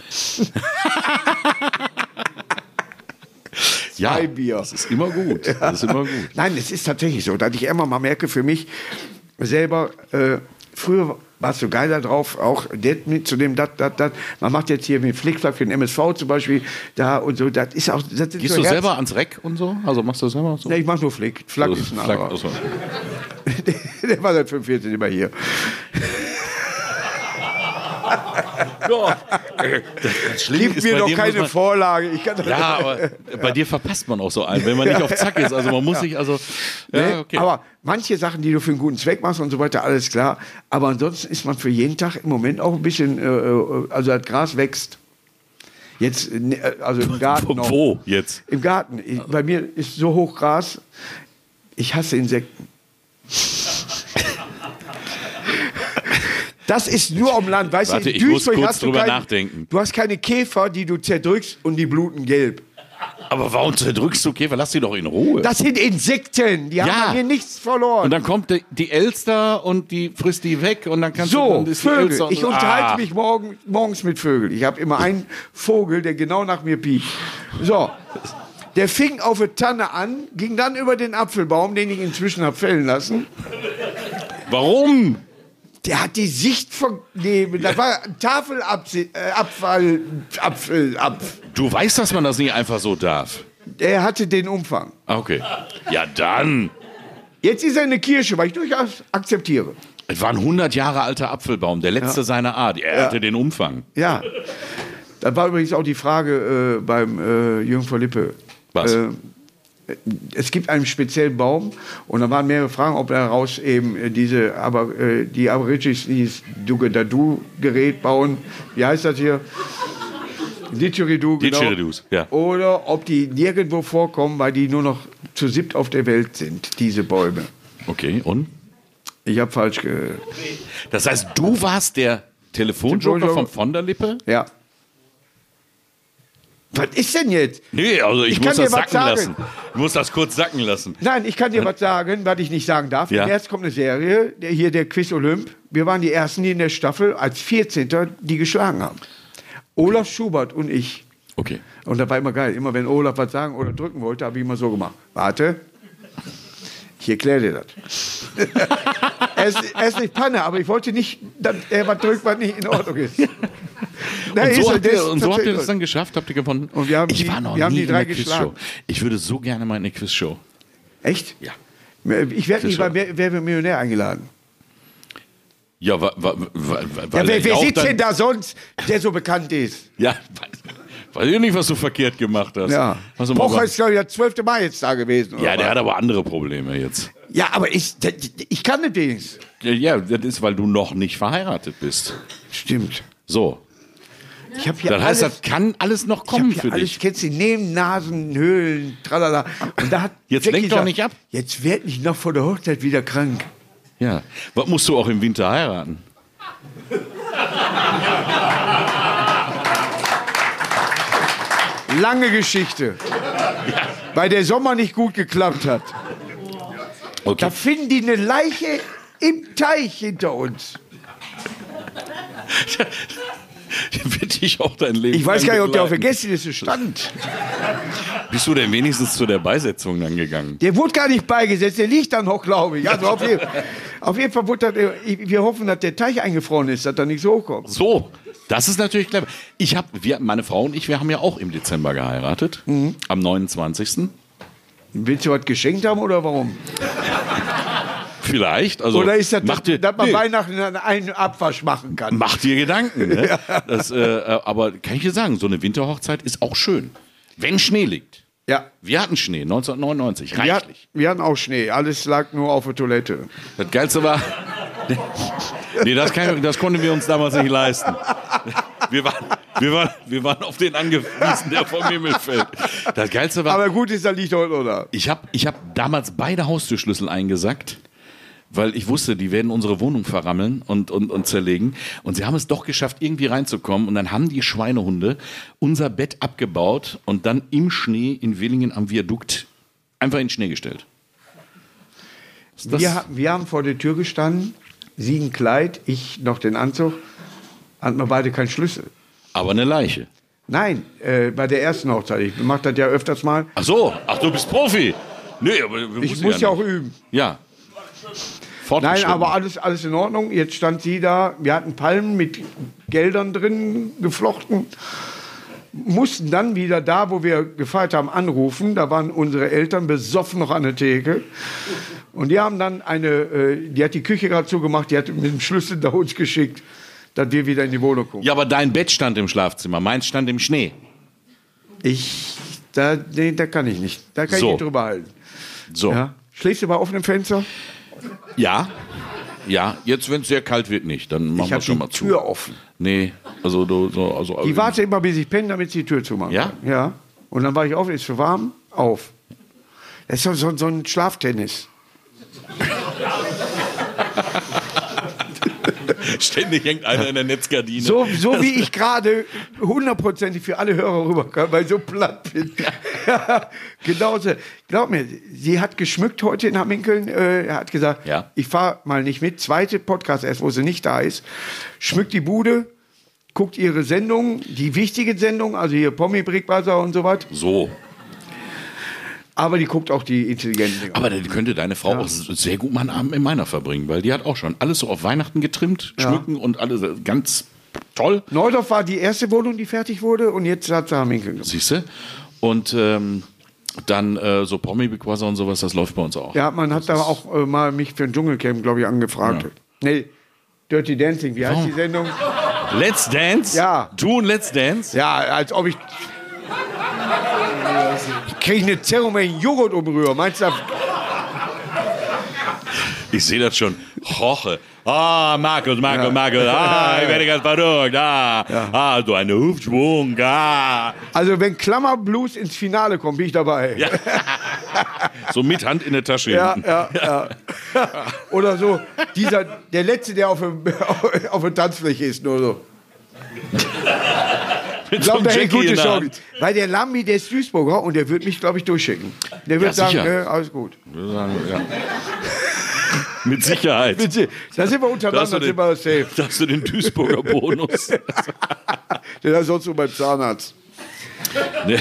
Ja, das ist immer gut. Das ist immer gut. Nein, es ist tatsächlich so, dass ich immer mal merke für mich selber, früher warst du geiler drauf, auch zu dem, man macht jetzt hier mit Flickflack für den MSV zum Beispiel, da und so, das ist auch... Das Gehst du selber ans Reck und so? Also machst du das selber so? Nee, ich mach nur Flick. Flack ist ein anderer. Der war seit 45 immer hier. Gott. Gib mir doch keine Vorlage. Aber bei dir verpasst man auch so einen, wenn man nicht auf Zack ist. Also man muss sich, okay. Aber manche Sachen, die du für einen guten Zweck machst und so weiter, alles klar. Aber ansonsten ist man für jeden Tag im Moment auch ein bisschen, also das Gras wächst. Jetzt, also im Garten noch. Wo jetzt? Im Garten. Bei mir ist so hoch Gras, ich hasse Insekten. Das ist nur am Land. Weißt Warte, du, ich muss kurz drüber nachdenken. Du hast keine Käfer, die du zerdrückst und die bluten gelb. Aber warum zerdrückst du Käfer? Lass die doch in Ruhe. Das sind Insekten, die haben hier nichts verloren. Und dann kommt die Elster und die frisst die weg und dann kannst du... So, Vögel. Ich unterhalte mich morgens mit Vögeln. Ich habe immer einen Vogel, der genau nach mir piept. So, der fing auf eine Tanne an, ging dann über den Apfelbaum, den ich inzwischen habe fällen lassen. Warum? Der hat die Sicht vergeben. Das war Tafelabfall. Du weißt, dass man das nicht einfach so darf. Er hatte den Umfang. Okay. Ja, dann. Jetzt ist er eine Kirsche, weil ich durchaus akzeptiere. Es war ein 100 Jahre alter Apfelbaum, der letzte seiner Art. Er hatte den Umfang. Ja. Da war übrigens auch die Frage beim Jürgen von Lippe. Was? Es gibt einen speziellen Baum und da waren mehrere Fragen, ob daraus eben die Aborigines dieses Dugedadu-Gerät bauen. Wie heißt das hier? Didgeridoo, genau. Didgeridoos, ja. Oder ob die nirgendwo vorkommen, weil die nur noch zu 7 auf der Welt sind, diese Bäume. Okay, und? Ich habe falsch Das heißt, du warst der Telefonjoker von der Lippe? Ja. Was ist denn jetzt? Nee, also ich muss das sacken lassen. Ich muss das kurz sacken lassen. Nein, ich kann dir was sagen, was ich nicht sagen darf. Ja. Im März kommt eine Serie, der Quiz Olymp. Wir waren die Ersten, die in der Staffel als 14. die geschlagen haben. Olaf Schubert und ich. Okay. Und das war immer geil. Immer wenn Olaf was sagen oder drücken wollte, habe ich immer so gemacht. Warte. Ich erkläre dir das. er ist nicht Panne, aber ich wollte nicht, dass er was drückt, was nicht in Ordnung ist. Und so habt ihr das dann geschafft? Habt ihr gewonnen? Und wir haben ich war noch nie in der Quizshow. Ich würde so gerne mal in eine Quizshow. Echt? Ja. Ich werde nicht bei Wer wird Millionär eingeladen. Ja, wer sitzt denn da sonst, der so bekannt ist? Ja, weiß ich nicht, was du verkehrt gemacht hast. Ja. Pocher ist, glaube ich, der 12. Mai jetzt da gewesen. Ja, der hat aber andere Probleme jetzt. Ja, aber ich kann das wenigstens. Ja, das ist, weil du noch nicht verheiratet bist. Stimmt. So. Ich hab hier das heißt, das kann alles noch kommen für dich. Kennst du, neben Nasen, Höhlen, tralala. Und da hat jetzt lenk doch nicht ab. Jetzt werd ich noch vor der Hochzeit wieder krank. Ja. Was musst du auch im Winter heiraten? Lange Geschichte. Ja. Weil der Sommer nicht gut geklappt hat. Okay. Da finden die eine Leiche im Teich hinter uns. Wird dich auch dein Leben. Ich weiß gar nicht, ob der auf der Gästeliste stand. Bist du denn wenigstens zu der Beisetzung dann gegangen? Der wurde gar nicht beigesetzt, der liegt da noch, glaube ich. Also auf jeden Fall wurde wir hoffen, dass der Teich eingefroren ist, dass er nicht so hochkommt. So, das ist natürlich clever. Meine Frau und ich, wir haben ja auch im Dezember geheiratet, am 29. Willst du was geschenkt haben oder warum? Vielleicht. Also, oder ist das, dass man Weihnachten einen Abwasch machen kann? Mach dir Gedanken. Ne? Ja. Aber kann ich dir sagen, so eine Winterhochzeit ist auch schön. Wenn Schnee liegt. Ja. Wir hatten Schnee 1999, reichlich. Wir hatten auch Schnee, alles lag nur auf der Toilette. Das Geilste war... Nee, das konnten wir uns damals nicht leisten. Wir waren auf den angewiesen, der vom Himmel fällt. Das Geilste war... Aber gut ist, da liegt heute, oder? Ich hab damals beide Haustürschlüssel eingesackt, weil ich wusste, die werden unsere Wohnung verrammeln und zerlegen. Und sie haben es doch geschafft, irgendwie reinzukommen. Und dann haben die Schweinehunde unser Bett abgebaut und dann im Schnee in Willingen am Viadukt einfach in den Schnee gestellt. Wir haben vor der Tür gestanden, sie ein Kleid, ich noch den Anzug, hatten wir beide keinen Schlüssel. Aber eine Leiche? Nein, bei der ersten Hochzeit. Ich mache das ja öfters mal. Ach so, du bist Profi. Nee, aber ich muss ja auch üben. Ja. Nein, aber alles in Ordnung. Jetzt stand sie da. Wir hatten Palmen mit Geldern drin geflochten. Mussten dann wieder da, wo wir gefeiert haben, anrufen. Da waren unsere Eltern besoffen noch an der Theke. Und die haben dann die hat die Küche gerade zugemacht, die hat mit dem Schlüssel da uns geschickt, dass wir wieder in die Wohnung kommen. Ja, aber dein Bett stand im Schlafzimmer, meins stand im Schnee. Da kann ich nicht. Da kann ich nicht drüber halten. So. Ja? Schläfst du bei offenem Fenster? Ja, jetzt, wenn es sehr kalt wird, nicht. Dann machen wir schon mal zu. Ich habe die Tür offen. Nee, also die warte immer, bis ich penne, damit sie die Tür zumachen. Ja? Ja. Und dann war ich auf, ist zu warm, auf. Das ist so ein Schlaftennis. Ständig hängt einer in der Netzgardine. So wie ich gerade 100%ig für alle Hörer rüberkam, weil ich so platt bin. Genauso. Glaub mir, sie hat geschmückt heute in Hamminkeln. Er hat gesagt, ich fahre mal nicht mit. Zweite Podcast erst, wo sie nicht da ist. Schmückt die Bude, guckt ihre Sendungen, die wichtigen Sendungen, also hier Pommi, Brickwasser und so was. So. Aber die guckt auch die intelligenten Dinge. Aber dann könnte deine Frau auch sehr gut mal einen Abend in meiner verbringen, weil die hat auch schon alles so auf Weihnachten getrimmt, schmücken und alles ganz toll. Neudorf war die erste Wohnung, die fertig wurde und jetzt hat sie Hamminkeln gemacht. Siehst du? Und dann so Promi-Big-Wasser und sowas, das läuft bei uns auch. Ja, man hat da auch mal mich für ein Dschungelcamp, glaube ich, angefragt. Ja. Nee, Dirty Dancing, wie heißt die Sendung? Let's Dance? Ja. Du und Let's Dance? Ja, als ob ich kriege eine Zerrung, wenn ich Joghurt umrühre. Meinst du? Ich sehe das schon. Roche. Markus. Ich werde ganz verrückt. So eine Hüftschwung. Also wenn Klammerblues ins Finale kommt, bin ich dabei. Ja. So mit Hand in der Tasche. Ja. Oder so, der Letzte, der auf der Tanzfläche ist, nur so. Ich glaube, da hätte ich gute Chance. Weil der Lambi, der ist Duisburger und der wird mich, glaube ich, durchschicken. Der wird sagen, alles gut. Ja. Mit Sicherheit. Da sind wir untereinander, sind wir safe. Da hast du den Duisburger Bonus. Den hast du sonst nur beim Zahnarzt. Nee.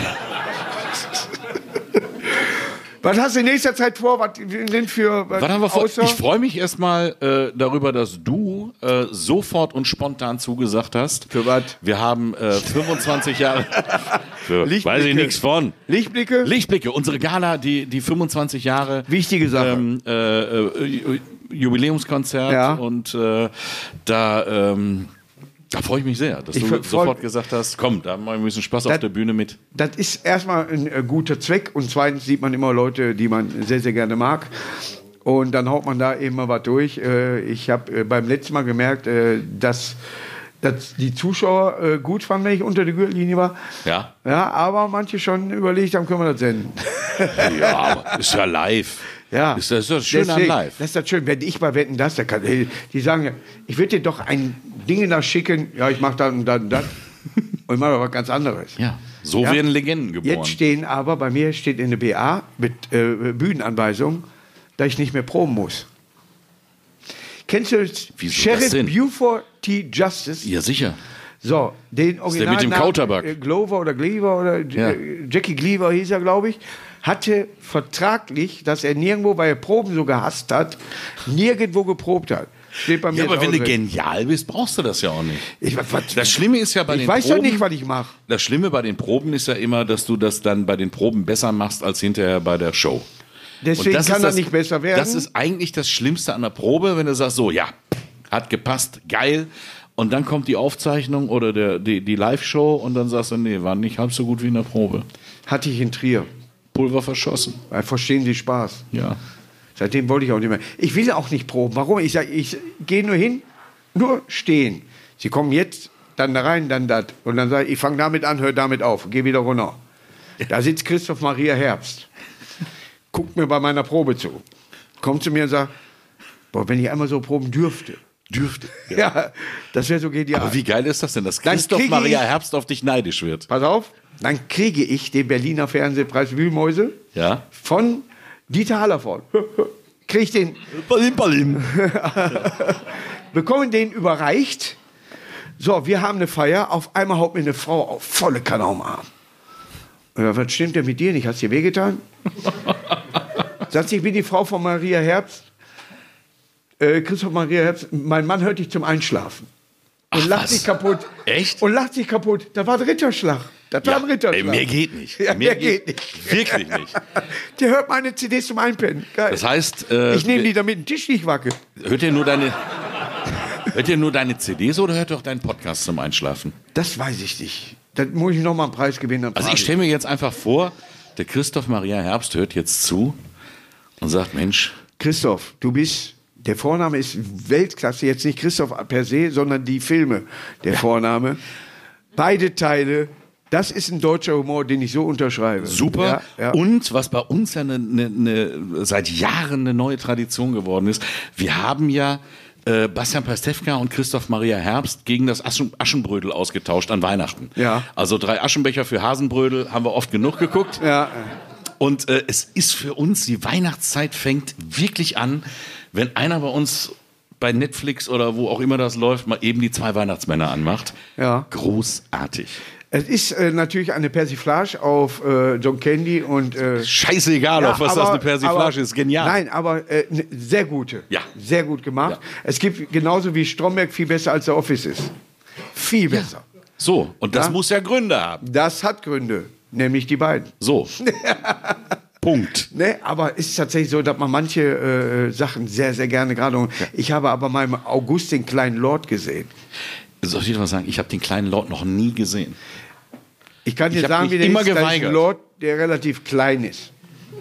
Was hast du in nächster Zeit vor? Was haben wir vor? Ich freue mich erstmal darüber, dass du sofort und spontan zugesagt hast. Für was? Wir haben 25 Jahre. Weiß ich nichts von. Lichtblicke? Lichtblicke. Unsere Gala, die 25 Jahre. Wichtige Sache. Jubiläumskonzert. Ja. Und da freue ich mich sehr, dass du sofort gesagt hast, komm, da haben wir ein bisschen Spaß auf der Bühne mit. Das ist erstmal ein guter Zweck und zweitens sieht man immer Leute, die man sehr, sehr gerne mag. Und dann haut man da eben mal was durch. Ich habe beim letzten Mal gemerkt, dass die Zuschauer gut fanden, wenn ich unter der Gürtellinie war. Ja. Ja, aber manche schon überlegt haben, können wir das senden. Ja, aber ist ja live. Ja. Ist das schön an live. Das ist das schön. Wenn ich mal wetten, die sagen, ich würde dir doch ein Ding da schicken, ja, ich mache dann und dann. Und ich mache aber was ganz anderes. Ja. So werden Legenden geboren. Jetzt bei mir steht in der BA mit Bühnenanweisung, dass ich nicht mehr proben muss. Kennst du Sheriff Buford T. Justice? Ja, sicher. So, den Original mit dem Kautabak. Glover oder Gleaver oder Jackie Gleaver hieß er, glaube ich, hatte vertraglich, dass er nirgendwo, weil er Proben so gehasst hat, nirgendwo geprobt hat. Steht bei mir aber wenn du genial bist, brauchst du das ja auch nicht. Das Schlimme ist ja bei den Proben... Ich weiß ja nicht, was ich mache. Das Schlimme bei den Proben ist ja immer, dass du das dann bei den Proben besser machst als hinterher bei der Show. Deswegen kann das nicht besser werden. Das ist eigentlich das Schlimmste an der Probe, wenn du sagst, so, ja, hat gepasst, geil. Und dann kommt die Aufzeichnung oder die Live-Show und dann sagst du, nee, war nicht halb so gut wie in der Probe. Hatte ich in Trier. Pulver verschossen. Weil verstehen Sie Spaß. Ja. Seitdem wollte ich auch nicht mehr. Ich will auch nicht proben. Warum? Ich sage, ich gehe nur hin, nur stehen. Sie kommen jetzt, dann da rein, dann das. Und dann sage ich fange damit an, höre damit auf, gehe wieder runter. Da sitzt Christoph Maria Herbst. Guckt mir bei meiner Probe zu. Kommt zu mir und sagt, boah, wenn ich einmal so proben dürfte. Ja, das wäre so genial. Aber wie geil ist das denn, dass Christoph Maria Herbst auf dich neidisch wird? Pass auf, dann kriege ich den Berliner Fernsehpreis Wühlmäuse von Dieter Hallervorden. Kriege ich den... Bekommen den überreicht. So, wir haben eine Feier. Auf einmal haut mir eine Frau auf volle Kanne am Arm. Was stimmt denn mit dir nicht? Hast du dir wehgetan? Sagt sie, ich bin die Frau von Maria Herbst. Christoph Maria Herbst, mein Mann hört dich zum Einschlafen. Und lacht sich kaputt. Echt? Und lacht sich kaputt. Das war ein Ritterschlag. Das war ein Ritterschlag. Mehr geht nicht. Ja, mehr geht nicht. Wirklich nicht. Der hört meine CDs zum Einpennen. Geil. Das heißt... ich nehme die, damit ein Tisch nicht wackelt. Hört ihr nur deine CDs oder hört ihr auch deinen Podcast zum Einschlafen? Das weiß ich nicht. Da muss ich noch mal einen Preis gewinnen. Also ich stelle mir jetzt einfach vor, der Christoph Maria Herbst hört jetzt zu und sagt, Mensch... Christoph, du bist... Der Vorname ist Weltklasse, jetzt nicht Christoph per se, sondern die Filme, der Vorname. Beide Teile, das ist ein deutscher Humor, den ich so unterschreibe. Super. Ja. Und was bei uns ja seit Jahren eine neue Tradition geworden ist, wir haben ja Bastian Pastewka und Christoph Maria Herbst gegen das Aschenbrödel ausgetauscht an Weihnachten. Ja. Also 3 Aschenbecher für Hasenbrödel haben wir oft genug geguckt. Ja. Und es ist für uns, die Weihnachtszeit fängt wirklich an, wenn einer bei uns bei Netflix oder wo auch immer das läuft, mal eben die 2 Weihnachtsmänner anmacht. Ja. Großartig. Es ist natürlich eine Persiflage auf John Candy und... Scheißegal, auf was das eine Persiflage ist. Genial. Nein, aber sehr gute. Ja. Sehr gut gemacht. Ja. Es gibt genauso wie Stromberg viel besser als der Office ist. Viel besser. So, und das muss ja Gründe haben. Das hat Gründe, nämlich die beiden. So. Punkt. Ne, aber es ist tatsächlich so, dass man manche Sachen sehr, sehr gerne gerade... Ich habe aber mal im August den kleinen Lord gesehen. Soll ich dir was sagen? Ich habe den kleinen Lord noch nie gesehen. Ich kann dir sagen, wie der immer ist. Das ist ein geweigert. Lord, der relativ klein ist.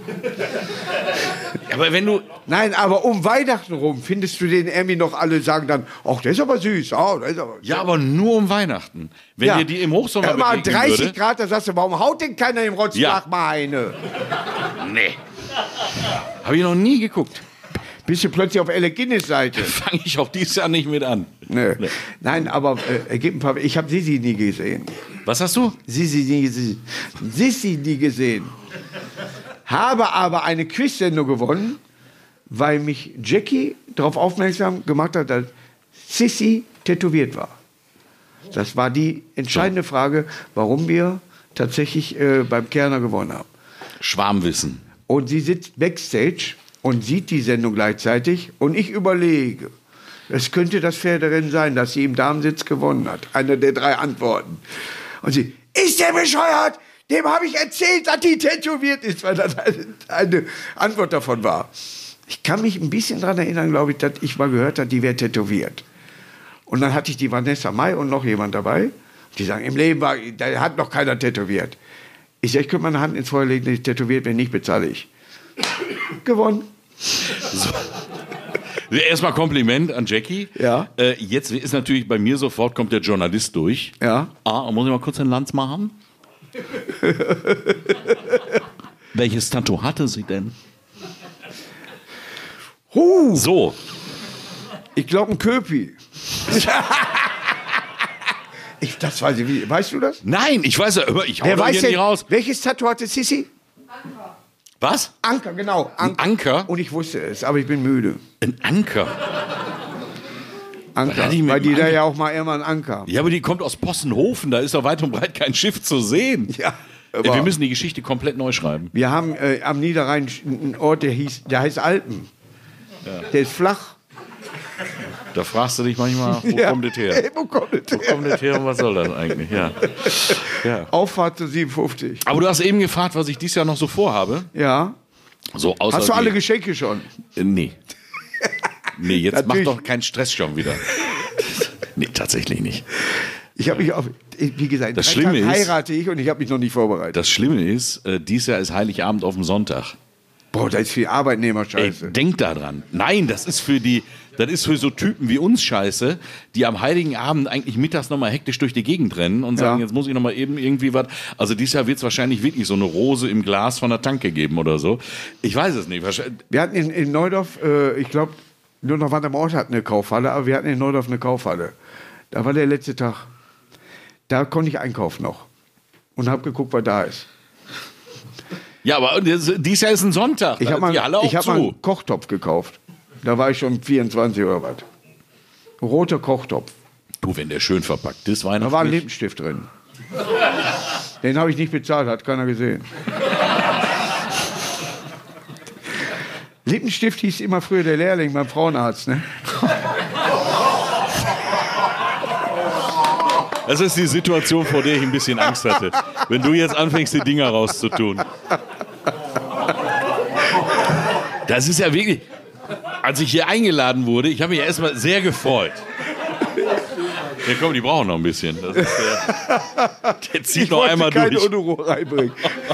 Aber wenn du... Nein, aber um Weihnachten rum findest du den irgendwie noch alle sagen dann, ach, der ist aber süß. Oh, der ist aber ja, aber nur um Weihnachten. Wenn dir die im Hochsommer immer begegnen 30 würde, Grad, da sagst du, warum haut denn keiner im Rotzbach mal eine? Nee. Habe ich noch nie geguckt. Bist du plötzlich auf Elle Guinness Seite? Fange ich auch dieses Jahr nicht mit an. Nö. Nee. Nein, aber ich habe Sissi nie gesehen. Was hast du? Sissi nie gesehen. Habe aber eine Quiz-Sendung gewonnen, weil mich Jackie darauf aufmerksam gemacht hat, dass Sissi tätowiert war. Das war die entscheidende Frage, warum wir tatsächlich beim Kerner gewonnen haben. Schwarmwissen. Und sie sitzt backstage und sieht die Sendung gleichzeitig und ich überlege, es könnte das Pferderennen sein, dass sie im Damensitz gewonnen hat. Eine der 3 Antworten. Und sie, ist der bescheuert? Dem habe ich erzählt, dass die tätowiert ist, weil das eine Antwort davon war. Ich kann mich ein bisschen daran erinnern, glaube ich, dass ich mal gehört habe, die wäre tätowiert. Und dann hatte ich die Vanessa Mai und noch jemand dabei. Die sagen, im Leben da hat noch keiner tätowiert. Ich sage, ich könnte meine Hand ins Feuer legen, nicht tätowiert, wenn nicht, bezahle ich. Gewonnen. So. Erstmal Kompliment an Jackie. Ja. Jetzt ist natürlich bei mir sofort, kommt der Journalist durch. Ja. Muss ich mal kurz den Lanz machen? Welches Tattoo hatte sie denn? So. Ich glaube, ein Köpi. Das weiß ich nicht. Weißt du das? Nein, ich weiß ja, ich hau doch hier nicht raus. Welches Tattoo hatte Sissi? Anker. Was? Anker, genau. Ein Anker? Und ich wusste es, aber ich bin müde. Ein Anker? Anker, weil die da ja auch mal immer ein Anker. Ja, aber die kommt aus Possenhofen, da ist doch weit und breit kein Schiff zu sehen. Ja. Wir müssen die Geschichte komplett neu schreiben. Wir haben am Niederrhein einen Ort, der heißt Alpen. Ja. Der ist flach. Da fragst du dich manchmal, wo kommt das her? Wo kommt das her und was soll das eigentlich? Ja. Auffahrt zu 57. Aber du hast eben gefragt, was ich dieses Jahr noch so vorhabe. Ja. So, hast du alle Geschenke schon? Nee. Nee, jetzt mach doch keinen Stress schon wieder. Nee, tatsächlich nicht. Ich habe mich auf, wie gesagt, das Schlimme ist, heirate ich und ich habe mich noch nicht vorbereitet. Das Schlimme ist, dieses Jahr ist Heiligabend auf dem Sonntag. Boah, da ist viel Arbeitnehmer-Scheiße. Denk da dran. Nein, das ist für so Typen wie uns Scheiße, die am Heiligen Abend eigentlich mittags nochmal hektisch durch die Gegend rennen und sagen, jetzt muss ich nochmal eben irgendwie was. Also dieses Jahr wird es wahrscheinlich wirklich so eine Rose im Glas von der Tanke geben oder so. Ich weiß es nicht. Wir hatten in Neudorf, ich glaube, nur noch am Ort hatten eine Kaufhalle, aber wir hatten in Neudorf eine Kaufhalle. Da war der letzte Tag. Da konnte ich einkaufen noch und habe geguckt, was da ist. Ja, aber dieses Jahr ist ein Sonntag. Ich habe mal einen Kochtopf gekauft. Da war ich schon 24 oder was. Roter Kochtopf. Du, wenn der schön verpackt ist, Weihnachten. Da war ein Lippenstift drin. Den habe ich nicht bezahlt, hat keiner gesehen. Lippenstift hieß immer früher der Lehrling beim Frauenarzt, ne? Das ist die Situation, vor der ich ein bisschen Angst hatte. Wenn du jetzt anfängst, die Dinger rauszutun. Das ist ja wirklich... Als ich hier eingeladen wurde, ich habe mich ja erstmal sehr gefreut. Ja komm, die brauchen noch ein bisschen. Das ist der zieht noch einmal durch. Ich wollte keine Unruhe reinbringen.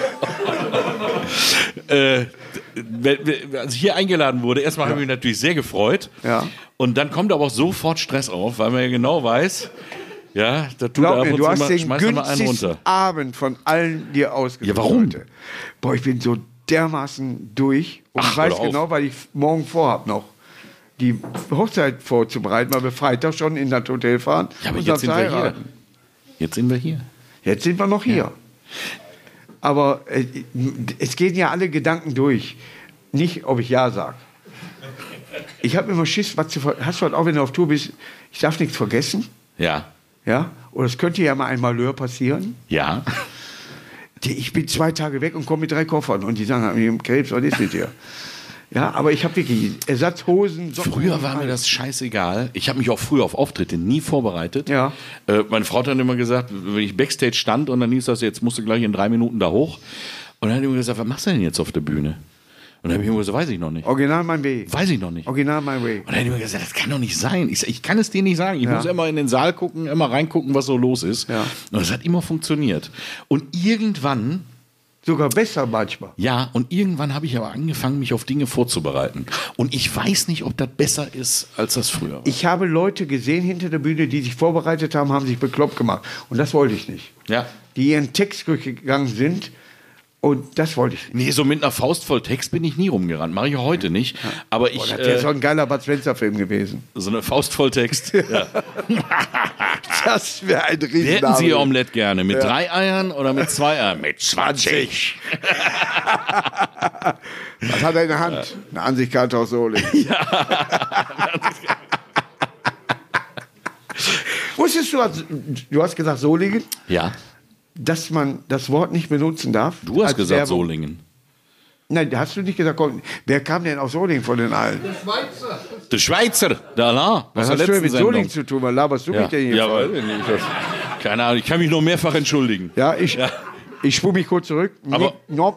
Als ich hier eingeladen wurde, erstmal habe ich mich natürlich sehr gefreut. Ja. Und dann kommt aber auch sofort Stress auf, weil man ja genau weiß... Ja, da tut Glaub mir, du hast den günstigsten Abend von allen dir ausgesucht. Ja, warum? Heute. Boah, ich bin so dermaßen durch und ich weiß genau, weil ich morgen vorhab noch die Hochzeit vorzubereiten, weil wir Freitag schon in das Hotel fahren. Ja, aber jetzt sind wir hier. Jetzt sind wir hier. Jetzt sind wir noch hier. Ja. Aber es gehen ja alle Gedanken durch. Nicht, ob ich Ja sage. Ich habe immer Schiss, hast du halt auch, wenn du auf Tour bist, ich darf nichts vergessen. Ja. Ja? Oder es könnte ja mal ein Malheur passieren. Ja. Ich bin 2 Tage weg und komme mit 3 Koffern. Und die sagen, Krebs, was ist mit dir? Ja, aber ich habe wirklich Ersatzhosen. Socken. Früher war mir das scheißegal. Ich habe mich auch früher auf Auftritte nie vorbereitet. Ja. Meine Frau hat dann immer gesagt, wenn ich Backstage stand und dann hieß das, jetzt musst du gleich in 3 Minuten da hoch. Und dann hat die immer gesagt, was machst du denn jetzt auf der Bühne? Und dann habe ich immer gesagt, weiß ich noch nicht. Original mein Weg. Weiß ich noch nicht. Original mein Weg. Und dann habe ich immer gesagt, das kann doch nicht sein. Ich kann es dir nicht sagen. Ich muss immer in den Saal gucken, immer reingucken, was so los ist. Ja. Und das hat immer funktioniert. Und irgendwann... Sogar besser manchmal. Ja, und irgendwann habe ich aber angefangen, mich auf Dinge vorzubereiten. Und ich weiß nicht, ob das besser ist, als das früher war. Ich habe Leute gesehen hinter der Bühne, die sich vorbereitet haben, haben sich bekloppt gemacht. Und das wollte ich nicht. Ja. Die ihren Text durchgegangen sind Und das wollte ich. Nee, so mit einer Faust voll Text bin ich nie rumgerannt. Mache ich heute nicht. Aber ich. Das wäre so ein geiler Bud Spencer-Film gewesen. So eine Faust voll Text. Ja. Das wäre ein Riesenname. Hätten Sie Ihr Omelett gerne? Mit 3 Eiern oder mit 2 Eiern? Mit 20. Was hat er in der Hand? Eine Ansichtskarte aus Solingen. Ja. Wusstest du hast gesagt Solingen? Ja. Dass man das Wort nicht benutzen darf? Du hast gesagt Solingen. Nein, hast du nicht gesagt. Wer kam denn aus Solingen von den allen? Der Schweizer. Der Schweizer, da la. Was hast du mit Solingen zu tun? Was laberst du mich denn hier? Ja, keine Ahnung, ich kann mich nur mehrfach entschuldigen. Ja, ich spule mich kurz zurück. Aber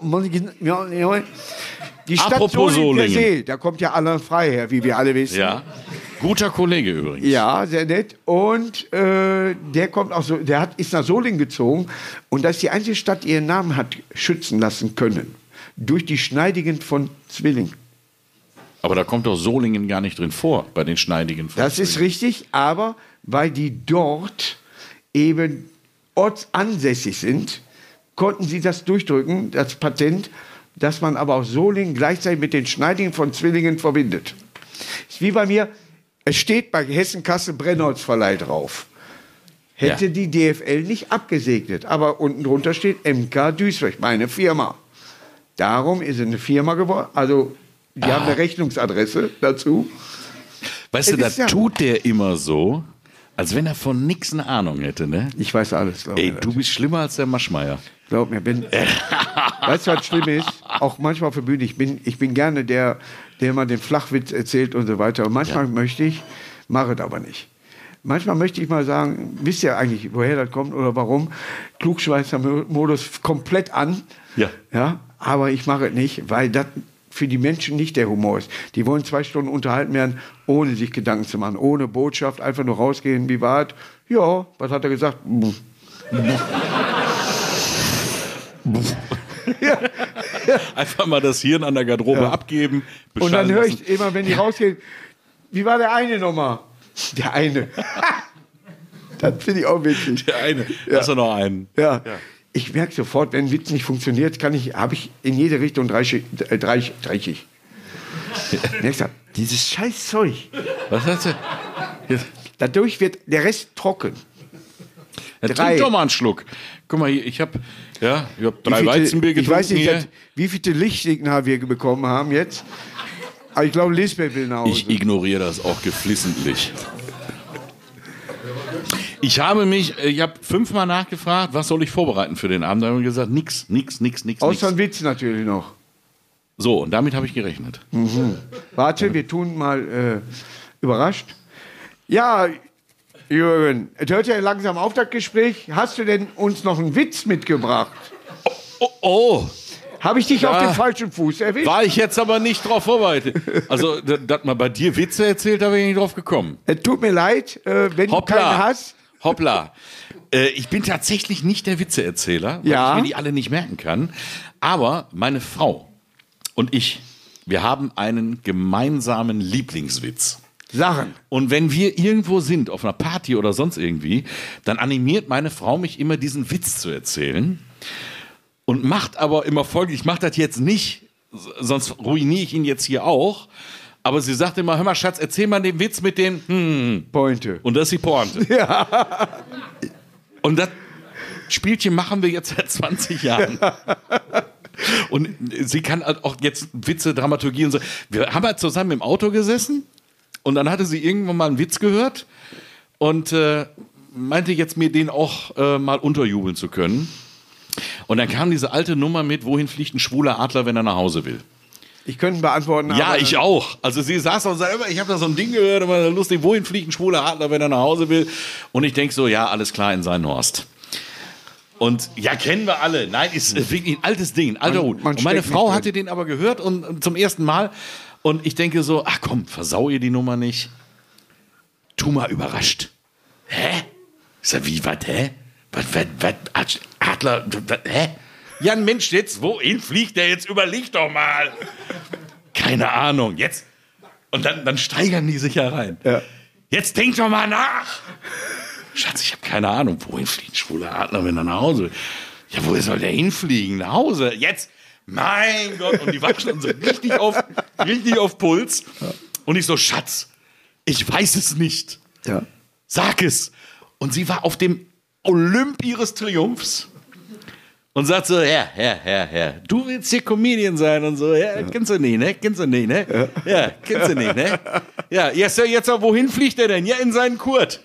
die Stadt apropos Solingen, der See, da kommt ja Alain Frey her, wie wir alle wissen. Ja, guter Kollege übrigens. Ja, sehr nett. Und der kommt auch so, ist nach Solingen gezogen und das ist die einzige Stadt, die ihren Namen hat schützen lassen können. Durch die Schneidigen von Zwilling. Aber da kommt doch Solingen gar nicht drin vor, bei den Schneidigen von Das Zwilling. ist richtig, aber weil die dort eben ortsansässig sind, konnten sie das durchdrücken, das Patent, dass man aber auch Solingen gleichzeitig mit den Schneidigen von Zwillingen verbindet. Ist wie bei mir, es steht bei Hessen-Kassel Brennholzverleih drauf. Hätte die DFL nicht abgesegnet. Aber unten drunter steht MK Duisburg, meine Firma. Darum ist es eine Firma geworden. Also, die haben eine Rechnungsadresse dazu. Weißt du, das tut der immer so, als wenn er von nichts eine Ahnung hätte, ne? Ich weiß alles, glaube ich. Ey, du bist schlimmer als der Maschmeyer. Glaub mir, weißt du, was schlimm ist? Auch manchmal auf der Bühne, ich bin gerne der mal den Flachwitz erzählt und so weiter. Und manchmal möchte ich, mache es aber nicht. Manchmal möchte ich mal sagen, wisst ihr eigentlich, woher das kommt oder warum? Klugschweißer-Modus komplett an. Ja, aber ich mache es nicht, weil das für die Menschen nicht der Humor ist. Die wollen 2 Stunden unterhalten werden, ohne sich Gedanken zu machen, ohne Botschaft, einfach nur rausgehen, wie war es? Ja, was hat er gesagt? Einfach mal das Hirn an der Garderobe abgeben. Und dann höre ich immer, wenn die rausgehen, wie war der eine nochmal? Der eine. Das finde ich auch witzig. Der eine. Hast du noch einen? Ja. Ich merke sofort, wenn ein Witz nicht funktioniert, habe ich in jede Richtung dreieckig. Dieses scheiß Zeug. Was hast du? Dadurch wird der Rest trocken. Ja, trink doch mal einen Schluck. Guck mal hier, ich habe 3 Weizenbier getrunken. Ich weiß nicht, hier. wie viele Lichtsignale wir bekommen haben jetzt. Aber ich glaube, Lisbeth will nach Hause. Ich ignoriere das auch geflissentlich. Ich habe 5-mal nachgefragt, was soll ich vorbereiten für den Abend. Da haben wir gesagt, nix. Außer ein Witz natürlich noch. So, und damit habe ich gerechnet. Mhm. Warte, wir tun mal überrascht. Ja, Jürgen, es hört ja langsam auf, das Gespräch. Hast du denn uns noch einen Witz mitgebracht? Oh. Habe ich dich auf den falschen Fuß erwischt? War ich jetzt aber nicht drauf vorbereitet. Also, dass man bei dir Witze erzählt, da bin ich nicht drauf gekommen. Es tut mir leid, wenn du keinen hast. Hoppla. Ich bin tatsächlich nicht der Witzeerzähler, weil ich mir die alle nicht merken kann. Aber meine Frau und ich, wir haben einen gemeinsamen Lieblingswitz. Sachen. Und wenn wir irgendwo sind, auf einer Party oder sonst irgendwie, dann animiert meine Frau mich immer, diesen Witz zu erzählen. Und macht aber immer Folgendes, ich mache das jetzt nicht, sonst ruiniere ich ihn jetzt hier auch. Aber sie sagt immer, hör mal Schatz, erzähl mal den Witz mit den Pointe. Und das ist die Pointe. Ja. Und das Spielchen machen wir jetzt seit 20 Jahren. Und sie kann halt auch jetzt Witze, Dramaturgie und so. Wir haben halt zusammen im Auto gesessen und dann hatte sie irgendwann mal einen Witz gehört und meinte jetzt mir den auch mal unterjubeln zu können. Und dann kam diese alte Nummer mit, wohin fliegt ein schwuler Adler, wenn er nach Hause will? Ich könnte beantworten. Ja, ich auch. Also sie saß und sagte, ich habe da so ein Ding gehört, aber lustig, wohin fliegt ein schwuler Adler, wenn er nach Hause will? Und ich denke so, ja, alles klar, in Seinhorst. Und ja, kennen wir alle. Nein, ist wirklich ein altes Ding, ein alter Hut. Und meine Frau hatte den aber gehört und zum ersten Mal. Und ich denke so, ach komm, versau ihr die Nummer nicht. Tu mal überrascht. Hä? Ich sag, wie, was, hä? Was, Adler, hä? Ja, ein Mensch, jetzt, wohin fliegt der jetzt? Überleg doch mal. Keine Ahnung, jetzt. Und dann steigern die sich ja rein. Ja. Jetzt denk doch mal nach. Schatz, ich habe keine Ahnung, wohin fliegt ein schwuler Adler, wenn er nach Hause will. Ja, wo soll der hinfliegen? Nach Hause? Jetzt? Mein Gott. Und die war schon so richtig auf Puls. Und ich so, Schatz, ich weiß es nicht. Ja. Sag es. Und sie war auf dem Olymp ihres Triumphs und sagt so, Herr, du willst hier Comedian sein und so, ja, kennst du nicht, ne? Kennst du nicht, ne? Ja, kennst du nicht, ne? Ja, jetzt wohin fliegt er denn? Ja, in seinen Kurt.